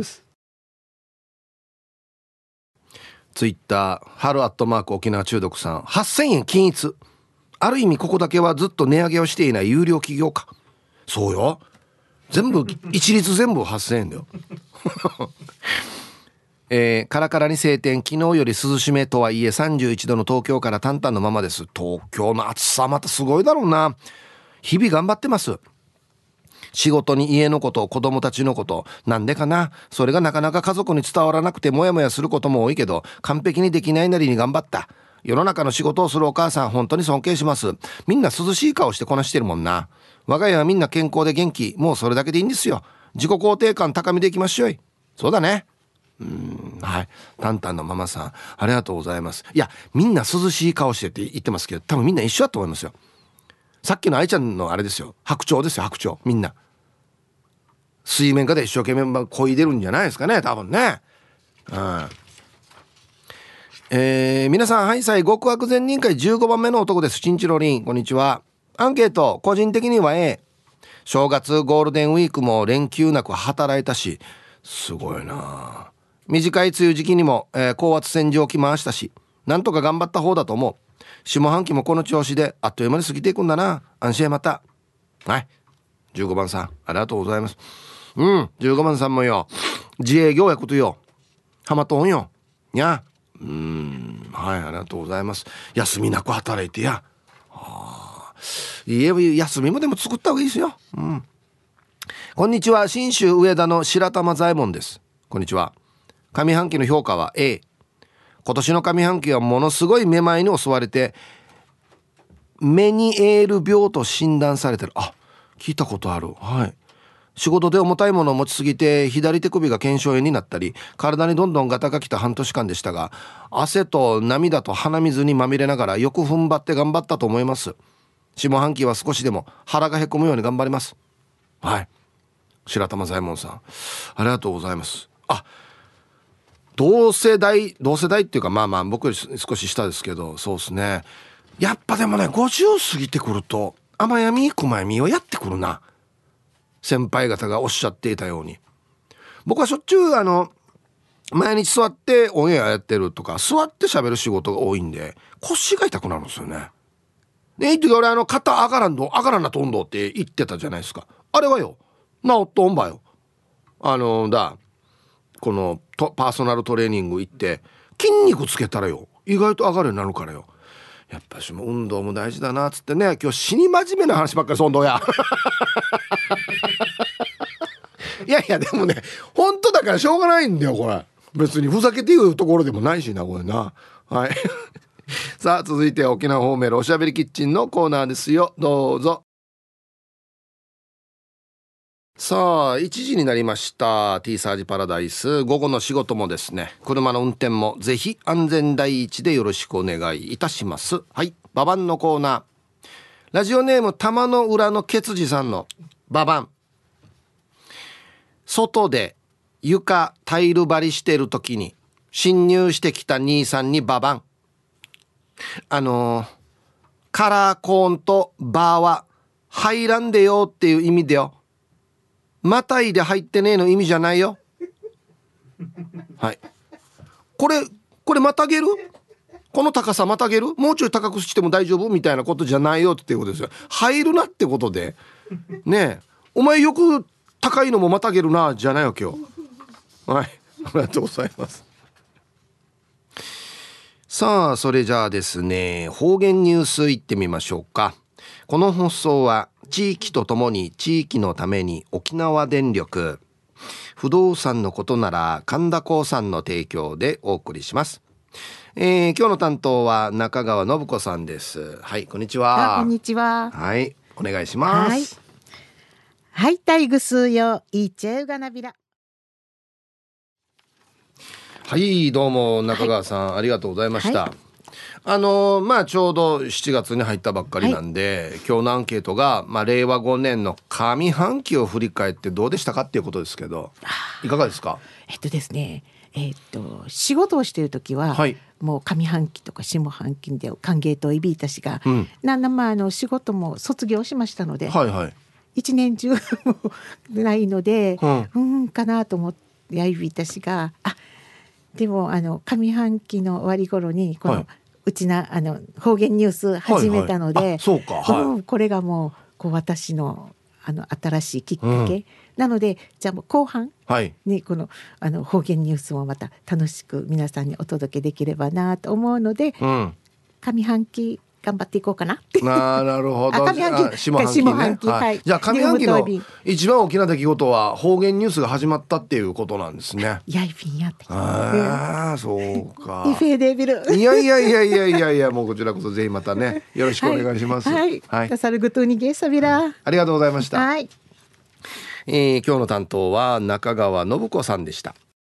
ツイッター春アットマーク沖縄中毒さん、はっせんえん均一。ある意味ここだけはずっと値上げをしていない有料企業か。そうよ、全部一律全部はっせんえんだよえー、カラカラに晴天、昨日より涼しめとはいえさんじゅういちどの東京から淡々のままです。東京の暑さまたすごいだろうな。日々頑張ってます。仕事に家のこと、子供たちのこと、なんでかな、それがなかなか家族に伝わらなくてモヤモヤすることも多いけど、完璧にできないなりに頑張った。世の中の仕事をするお母さん本当に尊敬します。みんな涼しい顔してこなしてるもんな。我が家はみんな健康で元気、もうそれだけでいいんですよ。自己肯定感高めていきましょう。そうだね。うーん、はい。タンタンのママさんありがとうございます。いやみんな涼しい顔してって言ってますけど、多分みんな一緒だと思いますよ。さっきの愛ちゃんのあれですよ、白鳥ですよ、白鳥。みんな水面下で一生懸命漕いでるんじゃないですかね、多分ね。うんえー、皆さん、はいさい、極悪善人会じゅうごばんめの男です。チンチロリン、こんにちは。アンケート、個人的には A。 正月ゴールデンウィークも連休なく働いたし、すごいな。短い梅雨時期にも、えー、高圧洗浄機回したし、なんとか頑張った方だと思う。下半期もこの調子であっという間に過ぎていくんだな。安心へまた。はい、じゅうごばんさんありがとうございます。うん、じゅうごばんさんもよ、自営業やことよ、ハマとんよにゃ。うーん、はい、ありがとうございます。休みなく働いてや、はあ、いえ休みもでも作った方がいいですよ。うん。こんにちは、信州上田の白玉左衛門です。こんにちは。上半期の評価は A。 今年の上半期はものすごいめまいに襲われてメニエール病と診断されてる。あ、聞いたことある。はい。仕事で重たいものを持ちすぎて左手首が腱鞘炎になったり、体にどんどんガタが来た半年間でしたが、汗と涙と鼻水にまみれながらよく踏ん張って頑張ったと思います。下半期は少しでも腹がへこむように頑張ります。はい、白玉左衛門さんありがとうございます。あ、同世代同世代っていうか、まあまあ僕より少し下ですけど、そうですね。やっぱでもね、ごじゅう過ぎてくると甘闇熊闇をやってくるな。先輩方がおっしゃっていたように、 僕はしょっちゅうあの毎日座ってオンエアやってるとか座って喋る仕事が多いんで腰が痛くなるんですよね。で一時俺あの肩上がらんど上がらなとんどって言ってたじゃないですか。あれはよ治っとんばよ。あのだこのパーソナルトレーニング行って筋肉つけたらよ意外と上がるようになるからよ。やっぱしも運動も大事だなっつってね、今日死に真面目な話ばっかりそんどやいやいやでもね本当だからしょうがないんだよこれ。別にふざけて言うところでもないしなこれな。はいさあ続いては沖縄方面のおしゃべりキッチンのコーナーですよ。どうぞ。さあいちじになりました。 T サージパラダイス、午後の仕事もですね車の運転もぜひ安全第一でよろしくお願いいたします。はい、ババンのコーナー。ラジオネーム玉の裏のケツジさんのババン。外で床タイル張りしてる時に侵入してきた兄さんにババン。あのー、カラーコーンとバーは入らんでよっていう意味でよ。またいで入ってねえの意味じゃないよ。はいこれこれまたげる、この高さまたげる、もうちょい高くしても大丈夫みたいなことじゃないよっていうことですよ。入るなってことでねえ、お前よく高いのもまたげるなじゃないよ今日。はい、ありがとうございます。さあそれじゃあですね方言ニュースいってみましょうか。この放送は地域とともに地域のために沖縄電力、不動産のことなら神田興産の提供でお送りします。えー、今日の担当は中川信子さんです。はい、こんにちは。 こんにちは。 はい、お願いします。 はい、タイグスよいちゃうがなびら。 はいどうも中川さん、はい、ありがとうございました。はい、あのー、まあちょうどしちがつに入ったばっかりなんで、はい、今日のアンケートが、まあ、れいわごねんの上半期を振り返ってどうでしたかっていうことですけどいかがですか。 えっとですねえっと仕事をしている時は、はい、もう上半期とか下半期で歓迎といびいたしが、うん、なんだまああの仕事も卒業しましたので、はいはい、一年中もないので、うん、うんかなと思ってやいびいたしがあでもあの上半期の終わり頃にこの、はい、うちなあの方言ニュース始めたので、はいはい、そうか、はいうん、これがもう、こう私の、あの新しいきっかけ、うん、なのでじゃあもう後半にこの、はい、あの方言ニュースもまた楽しく皆さんにお届けできればなと思うので、うん、上半期頑張っていこうかな。 ななるほど。上半期、下半期ね。半期はいはい、じゃあ上半期の一番大きな出来事は方言ニュースが始まったっていうことなんですね。 やいびんやって。 ああ、そうか。 イフェーデービル。 いやいやいやいやいやいや、もうこちらこそぜひまたねよろしくお願いします。 はい。はい。はい、サルグトゥニゲーサビラ。 ありがとうございました。 はい。 えー、今日の担当は中川信子さんでした。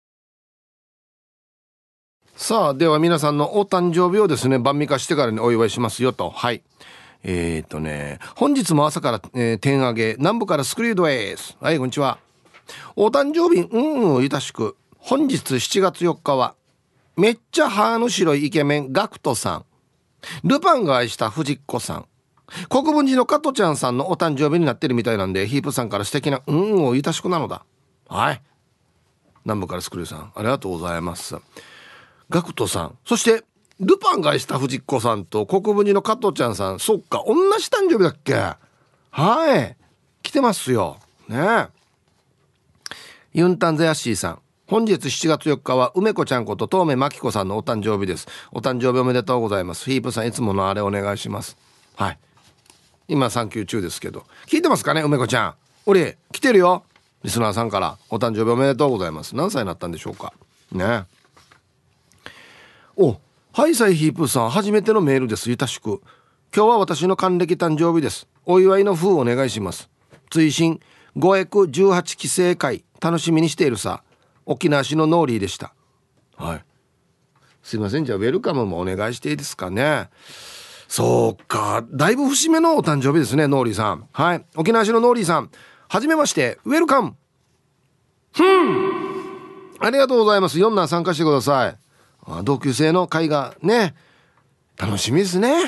さあでは皆さんのお誕生日をですね晩御飯してからにお祝いしますよと。はいえー、っとね本日も朝から、えー、点上げ南部からスクリュードです。はいこんにちは。お誕生日うんいたしく。本日しちがつよっかはめっちゃ歯の白いイケメンガクトさん、ルパンが愛した藤子さん、国分寺の加トちゃんさんのお誕生日になってるみたいなんでヒープさんから素敵なうんをいたしくなのだ。はい南部からスクリューさんありがとうございます。ガクトさん、そしてルパンが愛した藤子さんと国分寺の加トちゃんさん、そっか同じ誕生日だっけ。はい来てますよね。ユンタンザヤッシーさん、本日しちがつよっかは梅子ちゃんこと東目真紀子さんのお誕生日です。お誕生日おめでとうございます。ヒープさんいつものあれお願いします。はい今産休中ですけど聞いてますかね。梅子ちゃん俺来てるよ。リスナーさんからお誕生日おめでとうございます。何歳になったんでしょうかね。おハイサイヒープーさん初めてのメールです。ゆたしく。今日は私の還暦誕生日です。お祝いの風お願いします。追伸ごえくじゅうはちきせい会楽しみにしているさ。沖縄市のノーリーでした。はいすいませんじゃあウェルカムもお願いしていいですかね。そうかだいぶ節目のお誕生日ですねノーリーさん。はい沖縄市のノーリーさんはじめましてウェルカム。ふんありがとうございます。よん段参加してください。同級生の会がね楽しみですね、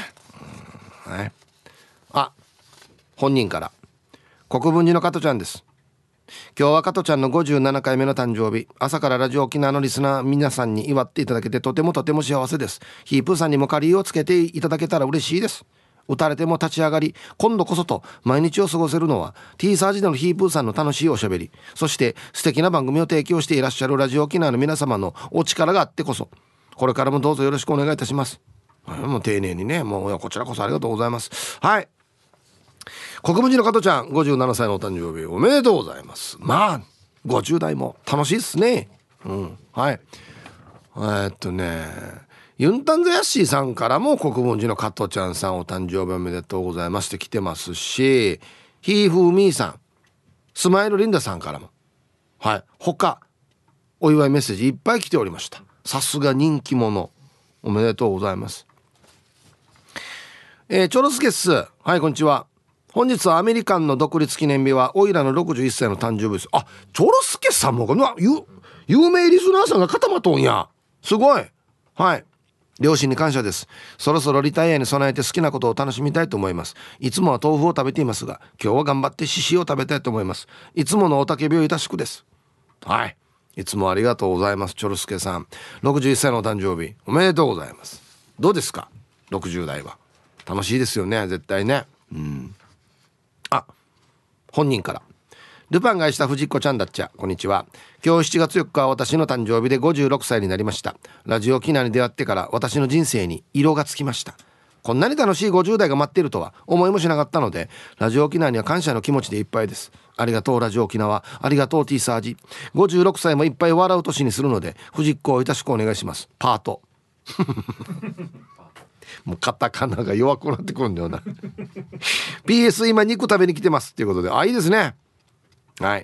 うんはい、あ本人から国分寺の加トちゃんです。 今日は加トちゃんのごじゅうななかいめの誕生日、朝からラジオ沖縄のリスナー皆さんに祝っていただけてとてもとても幸せです。ヒープーさんにもカリーをつけていただけたら嬉しいです。打たれても立ち上がり、今度こそと毎日を過ごせるのは T サージでのヒープーさんの楽しいおしゃべり、そして素敵な番組を提供していらっしゃるラジオ沖縄の皆様のお力があってこそ、これからもどうぞよろしくお願いいたします。もう丁寧にね、もうこちらこそありがとうございます。はい、国分寺の加トちゃんごじゅうななさいのお誕生日おめでとうございます。まあごじゅう代も楽しいっすね。うん、はい。えー、っとねユンタンザヤッシーさんからも国分寺の加トちゃんさんお誕生日おめでとうございますって来てますし、ひーふーみーさん、スマイルリンダさんからも、はい、他お祝いメッセージいっぱい来ておりました。さすが人気者、おめでとうございます。えー、チョロスケッス、はい、こんにちは。本日はアメリカンの独立記念日はオイラのろくじゅういっさいの誕生日です。あ、チョロスケさんも有, 有名リスナーさんが固まっとんや、すごい。はい、両親に感謝です。そろそろリタイアに備えて好きなことを楽しみたいと思います。いつもは豆腐を食べていますが、今日は頑張ってシシを食べたいと思います。いつものおたけびをいたしくです。はい、いつもありがとうございます。チョロスケさんろくじゅういっさいのお誕生日おめでとうございます。どうですか、ろくじゅう代は楽しいですよね、絶対ね。うん。あ、本人からルパンが愛した藤子ちゃんだっちゃ、こんにちは。今日しちがつよっかは私の誕生日でごじゅうろくさいになりました。ラジオ沖縄に出会ってから私の人生に色がつきました。こんなに楽しいごじゅう代が待っているとは思いもしなかったので、ラジオ沖縄には感謝の気持ちでいっぱいです。ありがとうラジオ沖縄、ありがとう T サージ。ごじゅうろくさいもいっぱい笑う年にするので藤子をいたしくお願いします。パートもうカタカナが弱くなってくるんだよなピーエス 今肉食べに来てますっていうことで、あ、いいですね。はい、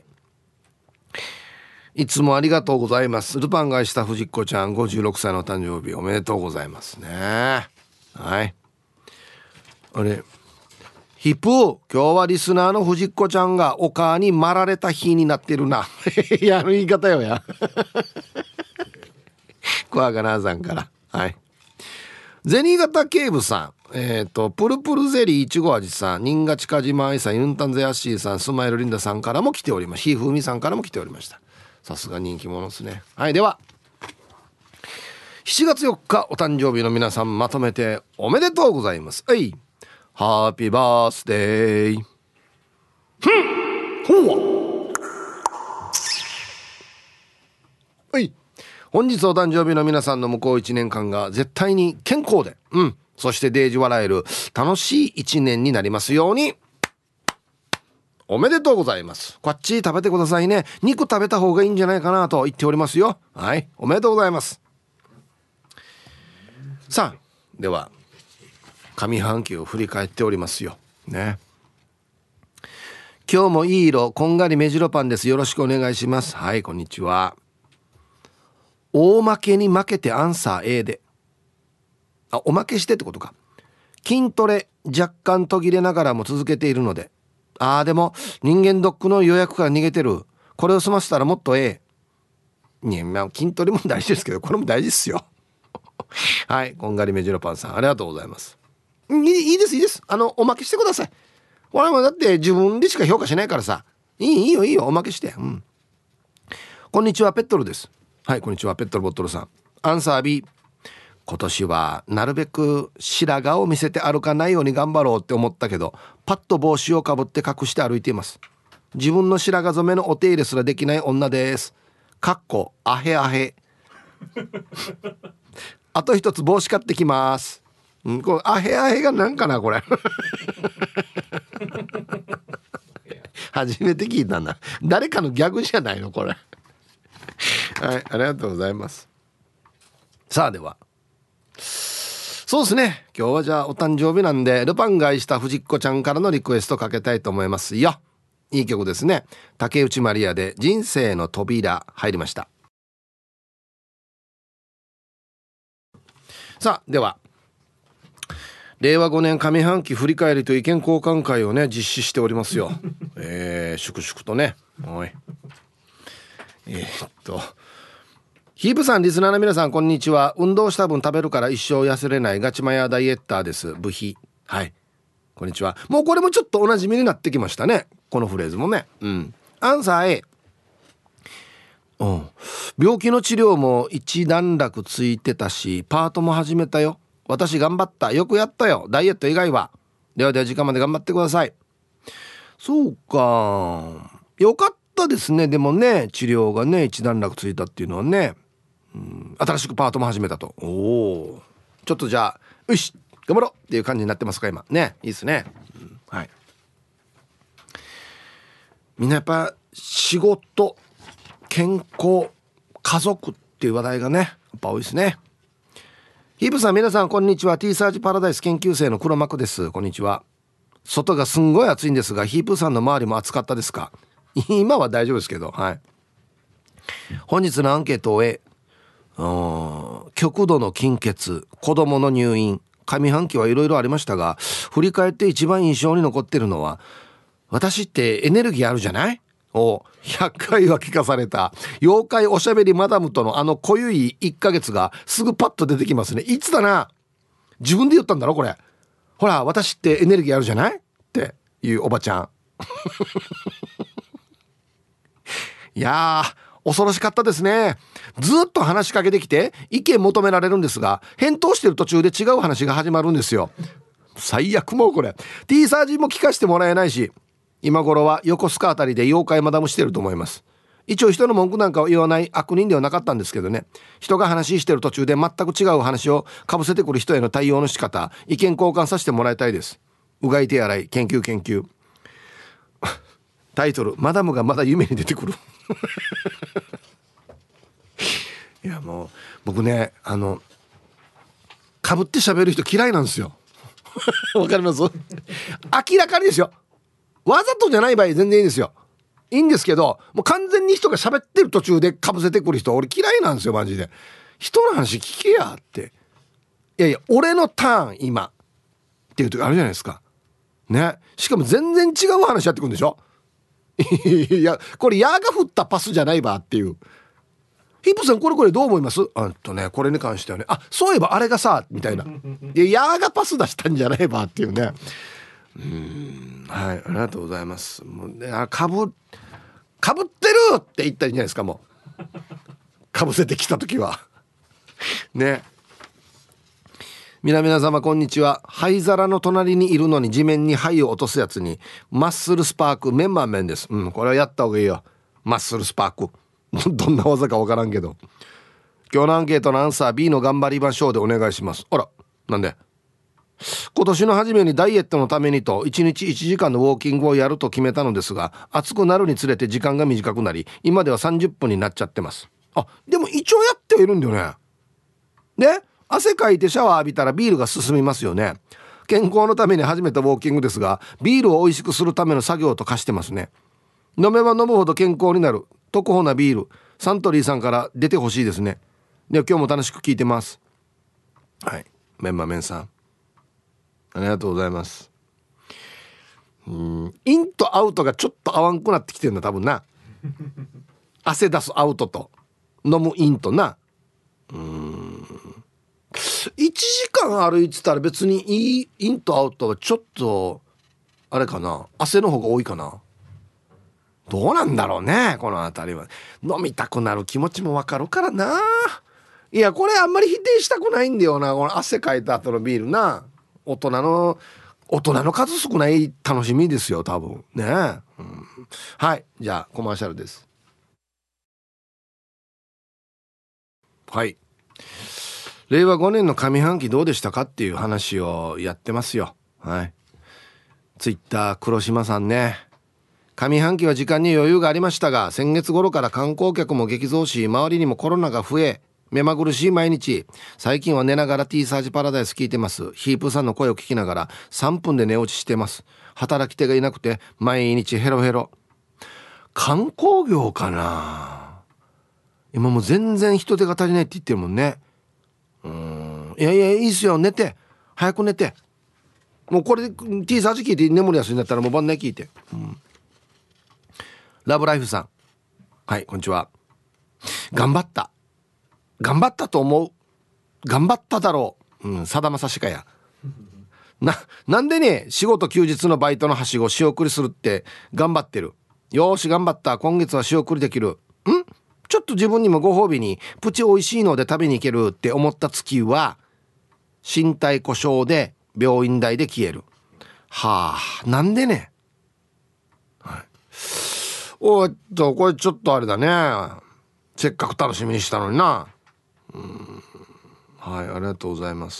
いつもありがとうございます。ルパンが愛した藤子ちゃんごじゅうろくさいの誕生日おめでとうございますね。はい、あれヒップー、今日はリスナーの藤子ちゃんがお母にまられた日になってるなやる言い方よやクワガナーさんから、はい、銭形警部さん、えっ、ー、とプルプルゼリーいちご味さん、新賀近島愛さん、ユンタンゼヤッシーさん、スマイルリンダさんからも来ております。ひふみさんからも来ておりました。さすが人気者ですね。はい、ではしちがつよっかお誕生日の皆さんまとめておめでとうございます。はい、ハッピーバースデー。ふんほわはい、本日お誕生日の皆さんの向こういちねんかんが絶対に健康で、うん、そしてデージ笑える楽しいいちねんになりますように。おめでとうございます。こっち食べてくださいね。肉食べた方がいいんじゃないかなと言っておりますよ。はい、おめでとうございます。さあ、では上半期を振り返っておりますよね。今日もいい色こんがり目白パンです。よろしくお願いします。はい、こんにちは。大負けに負けてアンサー A で、あ、おまけしてってことか。筋トレ若干途切れながらも続けているので、あーでも人間ドックの予約から逃げてる。これを済ませたらもっと A。 ね、まあ、筋トレも大事ですけどこれも大事ですよはい、こんがり目白パンさんありがとうございます。いい、いいですいいです、あのおまけしてください。これはだって自分でしか評価しないからさ、いいいいよいいよ、おまけして、うん。こんにちは、ペットルです。はい、こんにちは、ペットルボットルさん。アンサー B。 今年はなるべく白髪を見せて歩かないように頑張ろうって思ったけど、パッと帽子をかぶって隠して歩いています。自分の白髪染めのお手入れすらできない女です。かっこアヘアヘあと一つ帽子買ってきます。うん、これアヘアヘがなんかなこれ初めて聞いたな。誰かのギャグじゃないのこれはい、ありがとうございます。さあ、ではそうですね、今日はじゃあお誕生日なんでルパンが愛した藤子ちゃんからのリクエストかけたいと思いますよ。いい曲ですね。竹内まりやで人生の扉入りました。さあ、ではれいわごねん上半期振り返りと意見交換会をね実施しておりますよえー、粛々とね。おいえー、っとヒープさん、リスナーの皆さんこんにちは。運動した分食べるから一生痩せれないガチマヤダイエッターです。ブヒ。はい、こんにちは。もうこれもちょっとおなじみになってきましたね、このフレーズもね。うん、 アンサー A。うん、病気の治療も一段落ついてたし、パートも始めたよ。私頑張った。よくやったよ。ダイエット以外は。ではでは時間まで頑張ってください。そうか、よかったですね。でもね、治療がね一段落ついたっていうのはね、うん、新しくパートも始めたと。おお、ちょっとじゃあよし頑張ろうっていう感じになってますか今ね。いいですね、うん、はい。みんなやっぱ仕事、健康、家族っていう話題がねやっぱ多いですね。ヒープさん、皆さんこんにちは。 T サージパラダイス研究生の黒幕です。こんにちは。外がすんごい暑いんですが、ヒープさんの周りも暑かったですか？今は大丈夫ですけど、はい。本日のアンケートを終え、極度の貧血、子供の入院、上半期はいろいろありましたが、振り返って一番印象に残ってるのは、私ってエネルギーあるじゃないをひゃっかいは聞かされた妖怪おしゃべりマダムとのあの濃ゆいいっかげつがすぐパッと出てきますね。いつだな、自分で言ったんだろこれ。ほら私ってエネルギーあるじゃないっていうおばちゃんいやー恐ろしかったですね。ずっと話しかけてきて意見求められるんですが、返答してる途中で違う話が始まるんですよ。最悪。もうこれ T サージも聞かせてもらえないし、今頃は横須賀あたりで妖怪マダムしてると思います。一応人の文句なんかを言わない悪人ではなかったんですけどね。人が話してる途中で全く違う話をかぶせてくる人への対応の仕方、意見交換させてもらいたいです。うがい手洗い研究研究タイトル、マダムがまだ夢に出てくるいやもう僕ね、あのかぶって喋る人嫌いなんですよわかります？明らかにですよ、わざとじゃない場合全然いいですよ、いいんですけど、もう完全に人が喋ってる途中でかぶせてくる人俺嫌いなんですよマジで。人の話聞けやって。いやいや俺のターン今っていう時あるじゃないですかね。しかも全然違う話やってくるんでしょいやこれ矢が降ったパスじゃないばっていう。ヒップさんこれこれどう思います？あとねこれに関してはね、あそういえばあれがさみたいな、で矢がパス出したんじゃないばっていうね。うーん、はい、ありがとうございます。もうね、あかぶかぶってるって言ったらいいんじゃないですか。もうかぶせてきた時はね。皆々様こんにちは。灰皿の隣にいるのに地面に灰を落とすやつにマッスルスパークメンマーメンです。うん、これはやった方がいいよ。マッスルスパークどんな技かわからんけど。今日のアンケートのアンサー B の頑張りましょうでお願いします。あら、なんで？今年の初めにダイエットのためにといちにちいちじかんのウォーキングをやると決めたのですが、暑くなるにつれて時間が短くなり、今ではさんじゅっぷんになっちゃってます。あ、でも一応やってはいるんだよね。で、汗かいてシャワー浴びたらビールが進みますよね。健康のために始めたウォーキングですが、ビールを美味しくするための作業と化してますね。飲めば飲むほど健康になる特保なビール、サントリーさんから出てほしいですね。では今日も楽しく聞いてます。はい、メンマメンさんありがとうございます。うーん、インとアウトがちょっと合わんくなってきてるんだ多分な汗出すアウトと飲むインとな。うーん、いちじかん歩いてたら別にいいインとアウトはちょっとあれかな、汗の方が多いかな。どうなんだろうねこのあたりは。飲みたくなる気持ちもわかるからな。いやこれあんまり否定したくないんだよな、この汗かいた後のビールな。大人の大人の数少ない楽しみですよ多分ね、うん、はい、じゃあコマーシャルです。はい、れいわごねんの上半期どうでしたかっていう話をやってますよ。はい、ツイッター黒島さんね、上半期は時間に余裕がありましたが、先月頃から観光客も激増し、周りにもコロナが増え、目まぐるしい毎日。最近は寝ながら T サージパラダイス聞いてます。ヒープさんの声を聞きながらさんぷんで寝落ちしてます。働き手がいなくて毎日ヘロヘロ。観光業かな。今もう全然人手が足りないって言ってるもんね。うーん、いやいやいいっすよ、寝て早く寝て、もうこれで T サージ聞いて眠りやすいんだったらもう晩寝聞いて、うん、ラブライフさん、はい、こんにちは。頑張った頑張ったと思う。頑張っただろう。うん、さだまさしかや。な、なんでね、仕事休日のバイトのはしご仕送りするって頑張ってる。 よーし頑張った、今月は仕送りできる。んちょっと自分にもご褒美にプチ美味しいので食べに行けるって思った月は身体故障で病院代で消える。はあ、なんでね、はい、おっとこれちょっとあれだね、せっかく楽しみにしたのにな。うん、はい、ありがとうございます。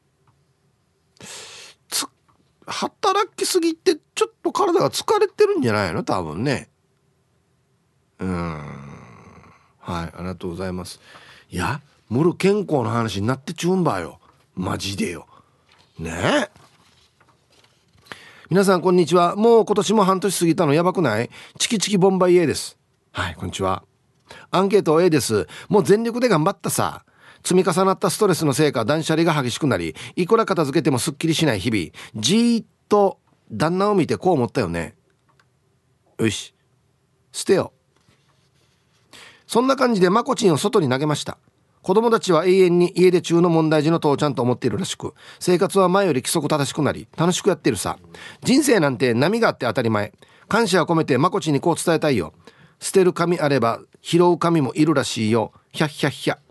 つ働きすぎてちょっと体が疲れてるんじゃないの多分ね。うん、はい、ありがとうございます。いや無ル健康の話になってちゅうんばよ、マジでよねえ。皆さんこんにちは。もう今年も半年過ぎたのやばくない？チキチキボンバイ A です。はい、こんにちは。アンケート A です。もう全力で頑張ったさ。積み重なったストレスのせいか断捨離が激しくなり、いくら片付けてもすっきりしない日々。じーっと旦那を見てこう思ったよね。よし捨てよう。そんな感じでマコチンを外に投げました。子供たちは永遠に家で中の問題児の父ちゃんと思っているらしく、生活は前より規則正しくなり楽しくやってるさ。人生なんて波があって当たり前。感謝を込めてマコチンにこう伝えたいよ。捨てる紙あれば拾う紙もいるらしいよ。ヒャッヒャッヒャ。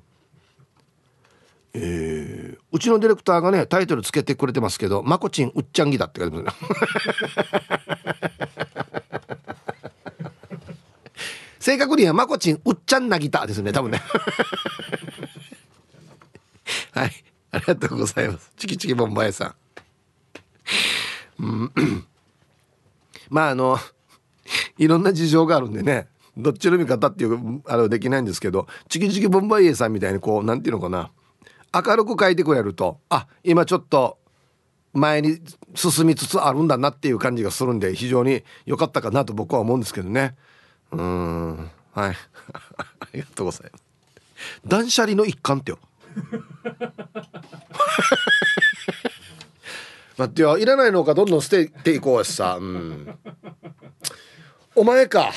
えー、うちのディレクターがねタイトルつけてくれてますけど、マコチンうっちゃんぎだって書いてます正確にはマコチンうっちゃんなぎたですね多分ねはい、ありがとうございます。チキチキボンバイさん、うん、まああのいろんな事情があるんでね、どっちの味方っていうあれはできないんですけど、チキチキボンバイエさんみたいにこうなんていうのかな、明るく書いてくれると、あ、今ちょっと前に進みつつあるんだなっていう感じがするんで、非常に良かったかなと僕は思うんですけどね。うーん、はいありがとうございます。断捨離の一環ってよ待ってよ、いらないのかどんどん捨てていこうやしさ、うん、お前か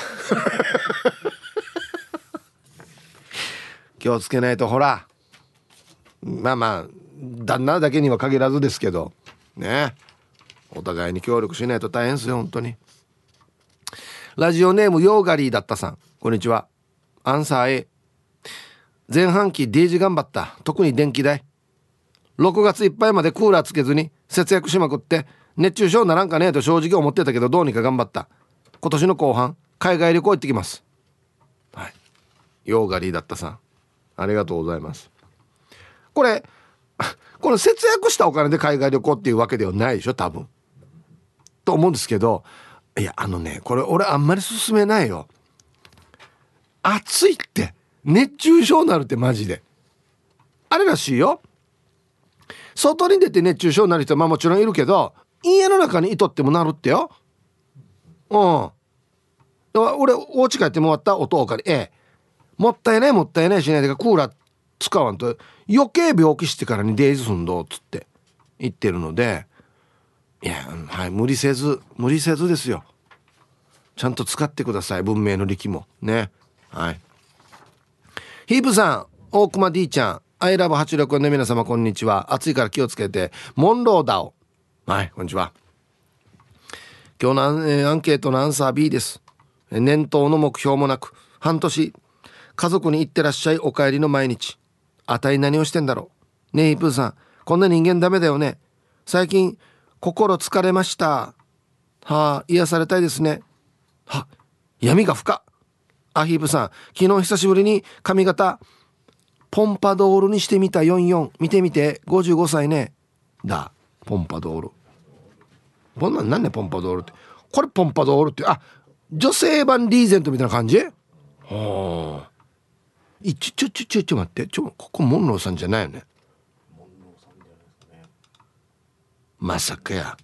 気をつけないと。ほらまあまあ旦那だけには限らずですけどね、お互いに協力しないと大変ですよ本当に。ラジオネームヨーガリーだったさん、こんにちは。アンサー A。 前半期デージ頑張った。特に電気代ろくがついっぱいまでクーラーつけずに節約しまくって熱中症ならんかねえと正直思ってたけど、どうにか頑張った。今年の後半海外旅行行ってきます。はい、ヨーガリーだったさん、ありがとうございます。これこの節約したお金で海外旅行っていうわけではないでしょ多分と思うんですけど、いやあのねこれ俺あんまり勧めないよ。暑いって熱中症になるってマジであれらしいよ。外に出て熱中症になる人はまあもちろんいるけど、家の中にいとってもなるってよ。うん。俺お家帰ってもらった音を借り、ええもったいないもったいないしないでかクーラー使わんと余計病気してからにデイズすんどっつって言ってるので、いや、はい、無理せず無理せずですよ。ちゃんと使ってください、文明の利器もね。はい。ヒープさん、大熊 D ちゃん、アイラブはちろくの皆様こんにちは。暑いから気をつけて。モンローダオ。はい、こんにちは。今日の、えー、アンケートのアンサー B です。年頭の目標もなく半年家族に行ってらっしゃいお帰りの毎日。あたい何をしてんだろうねえ。ヒープさん、こんな人間ダメだよね。最近心疲れました。はあ、癒されたいですね。は、闇が深。アヒープさん、昨日久しぶりに髪型ポンパドールにしてみた。よんじゅうよん見てみて。ごじゅうごさいね。だ、ポンパドール。こんなんなんねポンパドールって。これポンパドールって、あ、女性版リーゼントみたいな感じ。はあ。いちょちょちょちょちょ待って、ちょここモンローさんじゃないよね。モンローさんじゃないですかね。まさかや。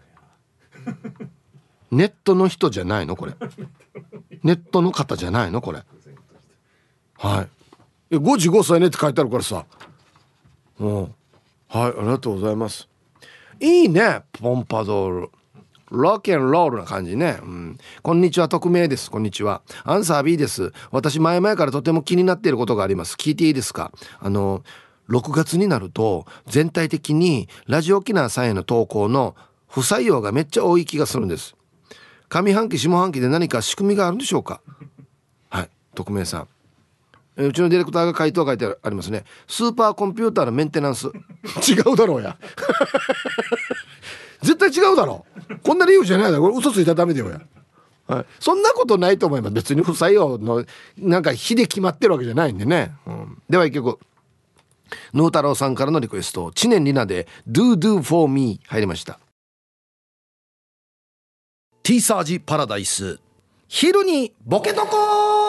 ネットの人じゃないのこれ。ネットの方じゃないのこれ。はい。ごじゅうごさいねって書いてあるからさ。うん。はい、ありがとうございます。いいね、ポンパドール。ロックンロールな感じね、うん、こんにちは、匿名です。こんにちは。アンサー B です。私前々からとても気になっていることがあります。聞いていいですか？あのろくがつになると全体的にラジオ沖縄さんへの投稿の不採用がめっちゃ多い気がするんです。 上半期下半期で何か仕組みがあるんでしょうか。はい、匿名さん、えうちのディレクターが回答が書いてありますね。スーパーコンピューターのメンテナンス違うだろうや絶対違うだろう、こんな理由じゃないだろ、これ嘘ついたらダメだよや、はい、そんなことないと思います。別に不採用のなんか日で決まってるわけじゃないんでね、うん、では一曲、ヌー太郎さんからのリクエスト、知念里奈で Do Do For Me 入りました。 T サージパラダイス、昼にボケとこ。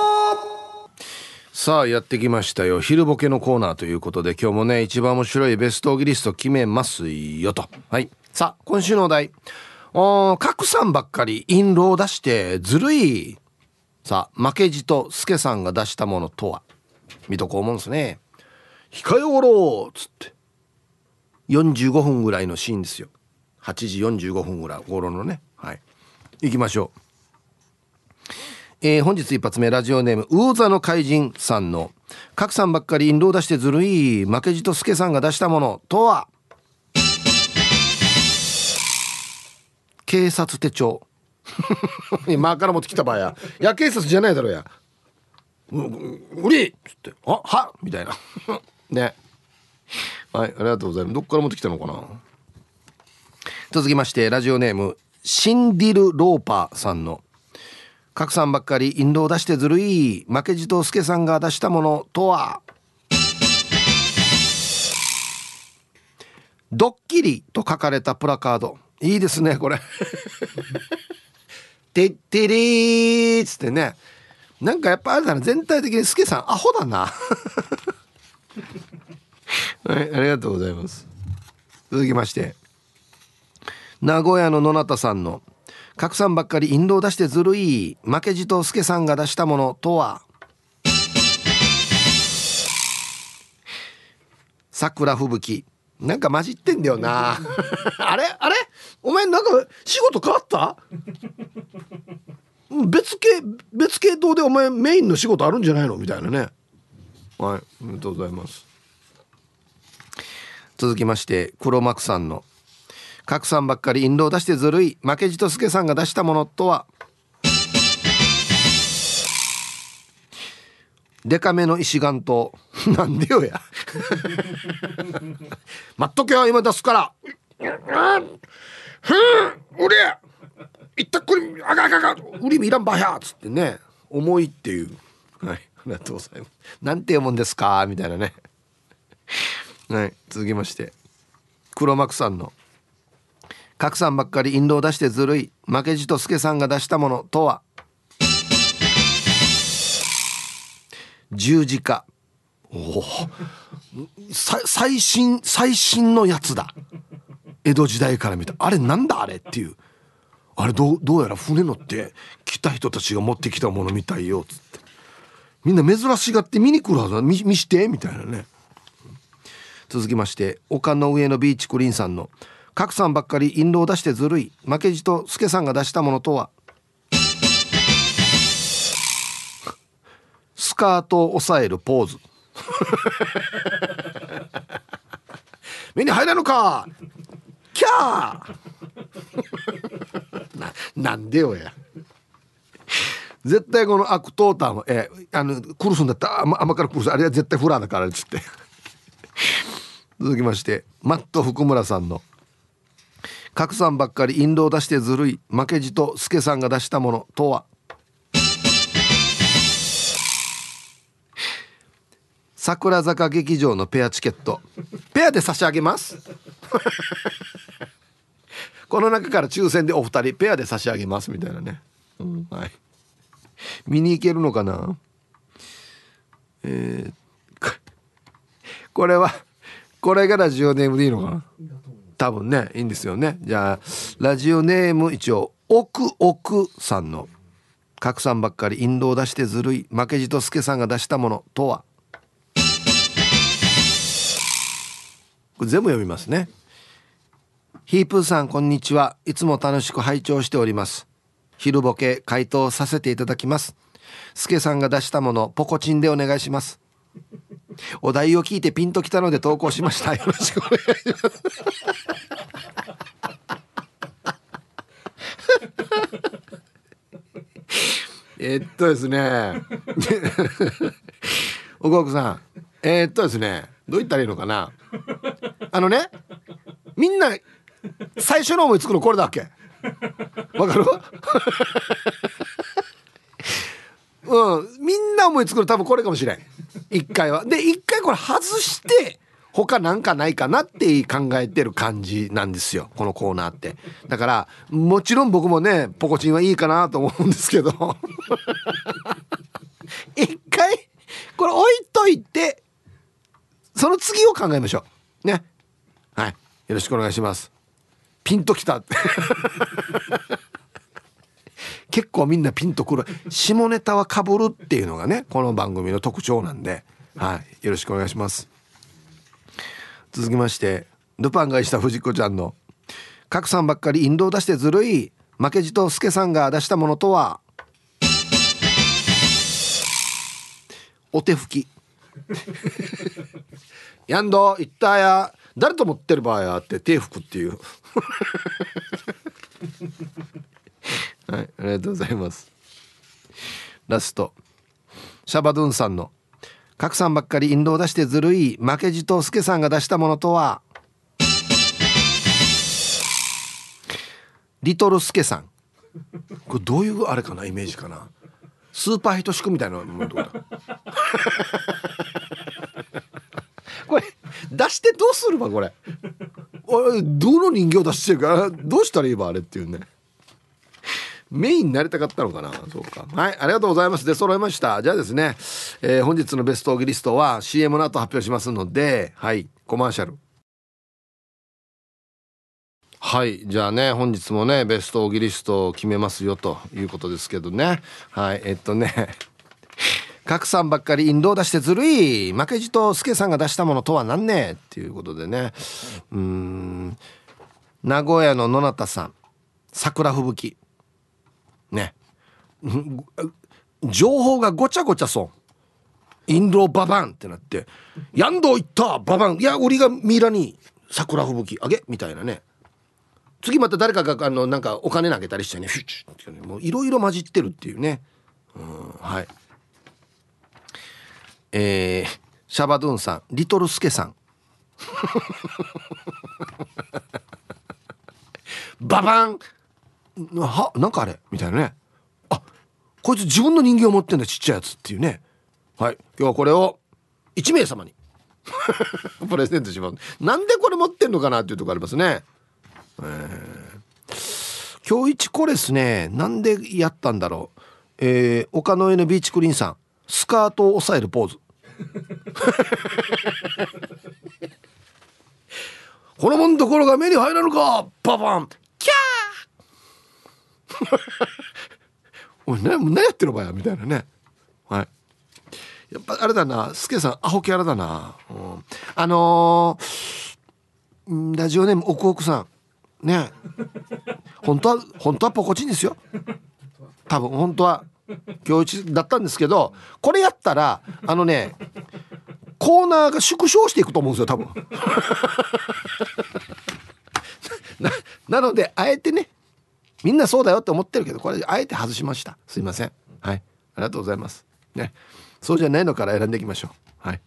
さあやってきましたよ、昼ボケのコーナーということで、今日もね一番面白いベストギリスト決めますよと。はい、さあ今週のお題、お賀来さんばっかり印籠を出してずるい。さあ負けじと助さんが出したものとは。見とこう思うんですね。控えおろうっつってよんじゅうごふんぐらいのシーンですよ。はちじよんじゅうごふんぐらい頃のね。はい、行きましょう。えー、本日一発目、ラジオネームウーザの怪人さんの、賀来さんばっかり印籠出してずるい、負けじと助さんが出したものとは。警察手帳今から持ってきた場合や、いや警察じゃないだろうや、う売りっつって、あはみたいなね。はい、ありがとうございます。どっから持ってきたのかな。続きまして、ラジオネームシンディル・ローパーさんの、賀来さんばっかり印籠を出してずるい、負けじと助さんが出したものとは。ドッキリと書かれたプラカード、いいですねこれてってりーっつってね、なんかやっぱあれだな、全体的に助さんアホだなはい、ありがとうございます。続きまして、名古屋の野中さんの、賀来さんばっかり印籠を出してずるい、負けじと助さんが出したものとは。桜吹雪、なんか混じってんだよなあれあれお前なんか仕事変わった？別系別系統でお前メインの仕事あるんじゃないのみたいなね。はい、ありがとうございます。続きまして、黒幕さんの、賀来さんばっかり印籠を出してずるい、負けじと助さんが出したものとは。デカめの石岩島なんでよや待っとけよ今出すからふん俺いったこれあがあがあが売り見らんばやつってね、重いっていう。はい、ありがとうございます。なんて読むんですかみたいなねはい、続きまして、黒幕さんの、賀来さんばっかり印籠を出してずるい、負けじと助さんが出したものとは。十字架。おお最新最新のやつだ。江戸時代から見たあれなんだあれっていう、あれ ど, うどうやら船乗って来た人たちが持ってきたものみたいよつって、みんな珍しがって見に来るはずだ、 見, 見してみたいなね。続きまして、丘の上のビーチクリーンさんの、賀来さんばっかり印籠を出してずるい、負けじと助さんが出したものとは。スカートを押さえるポーズ目に入らぬかキャーな, なんでよや絶対この悪党ターンえあのクルスんだったら甘からクルスあれは絶対フラーだからっつって続きまして、マット福村さんの、賀来さんばっかり印籠を出してずるい、負けじと助さんが出したものとは。桜坂劇場のペアチケット、ペアで差し上げますこの中から抽選でお二人ペアで差し上げますみたいなね、うん、はい、見に行けるのかな。えー、これはこれがラジオネームでいいのかな、多分ね、いいんですよね。じゃあラジオネーム一応奥奥さんの、賀来さんばっかり印籠を出してずるい、負けじと助さんが出したものとは。これ全部読みますね。ヒープーさんこんにちは、いつも楽しく拝聴しております。昼ボケ回答させていただきます。助さんが出したものポコチンでお願いします。お題を聞いてピンときたので投稿しました。よろしくお願いしますえっとですねおこくさん、えー、っとですねどう言ったらいいのかな。あのね、みんな最初の思いつくのこれだっけ、わかるうん、みんな思いつくの多分これかもしれん。一回はで一回これ外して他なんかないかなって考えてる感じなんですよ、このコーナーって。だからもちろん僕もねポコチンはいいかなと思うんですけど一回これ置いといてその次を考えましょうね。はい、よろしくお願いします。ピンときた結構みんなピンとくる。下ネタは被るっていうのがねこの番組の特徴なんで、はい、よろしくお願いします。続きましてルパンがした藤子ちゃんの賀来さんばっかり引導出してずるい、負けじと助さんが出したものとはお手拭きやんどいったや誰と思ってる場合はって手拭くっていうはい、ありがとうございます。ラストシャバドゥンさんの賀来さんばっかり引導出してずるい、負けじと助さんが出したものとはリトルスケさん。これどういうあれかな、イメージかな。スーパーヒトシクみたいなものとかこれ出してどうするばこれどの人形出してるかどうしたらいいばあれっていうね。メインになりたかったのかな。そうか、はい、ありがとうございます。で揃いました。じゃあですね、えー、本日のベストオギリストは シーエム の後発表しますので、はいコマーシャル。はい、じゃあね本日もねベストオギリストを決めますよということですけどね。はいえっとね賀来さんばっかり引導出してずるい、負けじと助さんが出したものとは何ねっていうことでね、うーん名古屋の野中さん、桜吹雪ね情報がごちゃごちゃそう、引導ババンってなってやんどういったババン、いや俺がミイラに桜吹雪あげみたいなね。次また誰かがあのなんかお金投げたりしてね、フュッチュってもういろいろ混じってるっていうね。うん、はい。えー、シャバドゥンさん、リトルスケさんババンはなんかあれみたいなね。あ、こいつ自分の人形を持ってんだちっちゃいやつっていうね。はい、今日はこれをいち名様にプレゼントします。なんでこれ持ってんのかなっていうところありますね。えー、今日一これですね。なんでやったんだろう。えー、岡の上のビーチクリーンさん、スカートを押さえるポーズこのもんところが目に入らぬかパパンキャーおい、ね、何やってるばやみたいなね。はい、やっぱあれだな、スケさんアホキャラだな、うん、あのー、ラジオネーム奥奥さんね、本当は本当はポコチンですよ多分。本当は今日一だったんですけど、これやったらあのねコーナーが縮小していくと思うんですよ多分な, なのであえてね、みんなそうだよって思ってるけどこれあえて外しました。すいません。はい、ありがとうございますね。そうじゃないのから選んでいきましょう。はい、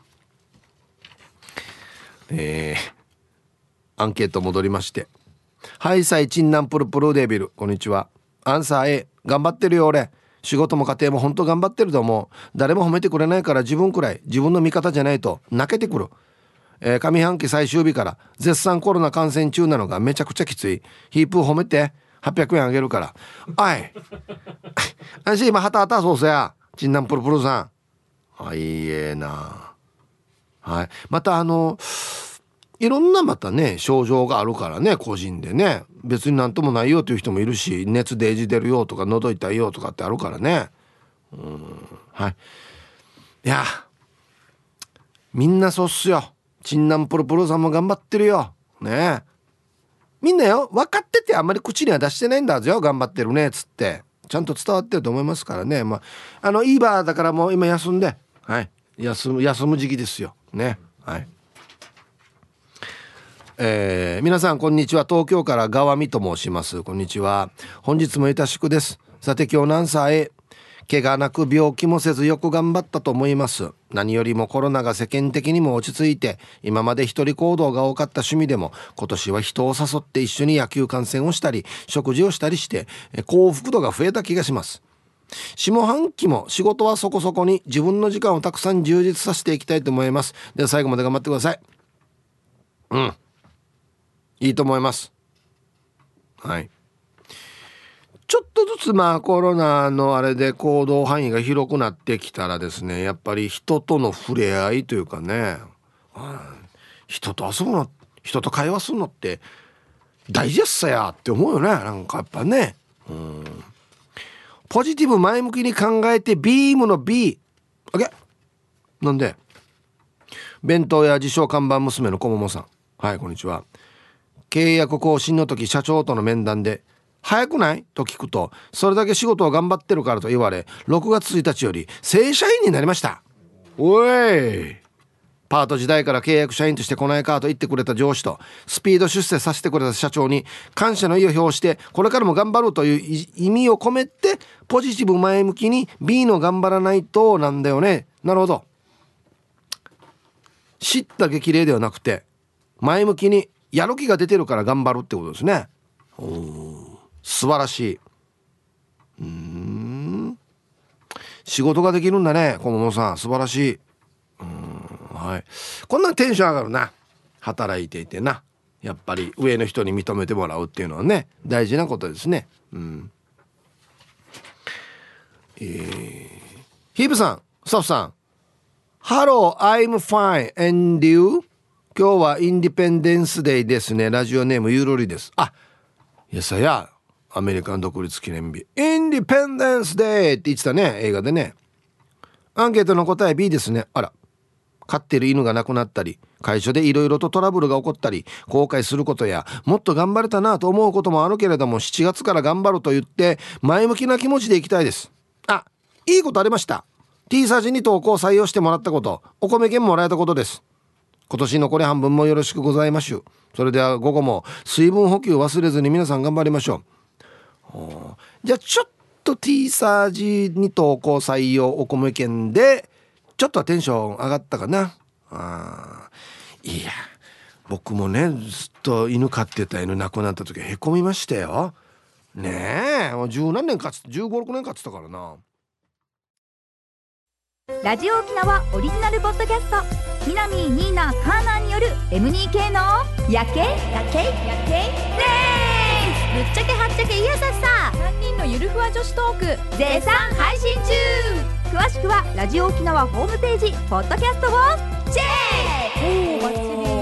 えー、アンケート戻りまして、ハイサイチンナンプルプルデビル、こんにちは。アンサー A、 頑張ってるよ俺。仕事も家庭も本当頑張ってると思う。誰も褒めてくれないから自分くらい自分の味方じゃないと泣けてくる。えー、上半期最終日から絶賛コロナ感染中なのがめちゃくちゃきつい。ヒープー褒めてはっぴゃくえんあげるから。おい安心今ハタハタそうせやチンナンプルプルさん。はい、いいえな。はい、またあのいろんなまたね症状があるからね、個人でね。別になんともないよという人もいるし、熱デージ出るよとか喉痛いよとかってあるからね。うん、はい、いやみんなそうっすよ。チンナンプルプルさんも頑張ってるよね。みんなよ分かっててあんまり口には出してないんだぞ、頑張ってるねっつってちゃんと伝わってると思いますからね。まああのいいバーだからもう今休んで、はい、休む休む時期ですよね。はい、えー、皆さんこんにちは。東京から川見と申します。こんにちは。本日もいたしくです。さて今日のアンサー A、 怪我なく病気もせずよく頑張ったと思います。何よりもコロナが世間的にも落ち着いて、今まで一人行動が多かった趣味でも今年は人を誘って一緒に野球観戦をしたり食事をしたりして幸福度が増えた気がします。下半期も仕事はそこそこに自分の時間をたくさん充実させていきたいと思います。では最後まで頑張ってください。うん、いいと思います。はい。ちょっとずつまあコロナのあれで行動範囲が広くなってきたらですね、やっぱり人との触れ合いというかね、うん、人と遊ぶの、人と会話するのって大事っすやって思うよね。なんかやっぱね、うん、ポジティブ前向きに考えてビームの B。 OK。 なんで弁当や自称看板娘のこももさん、はい、こんにちは。契約更新の時社長との面談で早くないと聞くと、それだけ仕事を頑張ってるからと言われ、ろくがつついたちより正社員になりました。おい、パート時代から契約社員として来ないかと言ってくれた上司とスピード出世させてくれた社長に感謝の意を表して、これからも頑張るという意味を込めてポジティブ前向きに B の頑張らないとなんだよね。なるほど。知った激励ではなくて前向きにやる気が出てるから頑張るってことですね。おー、素晴らしい。うーん、仕事ができるんだね、小桃さん、素晴らしい。うーん、はい、こんなテンション上がるな。働いていてな、やっぱり上の人に認めてもらうっていうのはね、大事なことですね。うん。えー、ヒープさん、スタッフさん、Hello, I'm fine and you? 今日はインディペンデンスデーですね。ラジオネームゆるりです。あ、いやさやアメリカン独立記念日、インディペンデンスデーって言ってたね、映画でね。アンケートの答え B ですね。あら、飼ってる犬が亡くなったり、会社でいろいろとトラブルが起こったり、後悔することやもっと頑張れたなと思うこともあるけれども、しちがつから頑張ると言って前向きな気持ちでいきたいです。あ、いいことありました。 T サージに投稿採用してもらったこと、お米券もらえたことです。今年残り半分もよろしくございましゅ。それでは午後も水分補給忘れずに皆さん頑張りましょう。じゃあちょっと T サージに投稿採用お米券でちょっとはテンション上がったかな。あ、いや僕もね、ずっと犬飼ってた犬亡くなった時へこみましたよね。えもう十何年飼ってじゅうご、ろくねん飼ってたからな。 ラジオ沖縄オリジナルポッドキャスト、南ニーナカーナーによる エムツーケー のやけやけやけレース、ぶっちゃけはっちゃけいやさっささんにんのゆるふわ女子トーク絶賛配信中。詳しくはラジオ沖縄ホームページポッドキャストをチェック。おーバッチリ。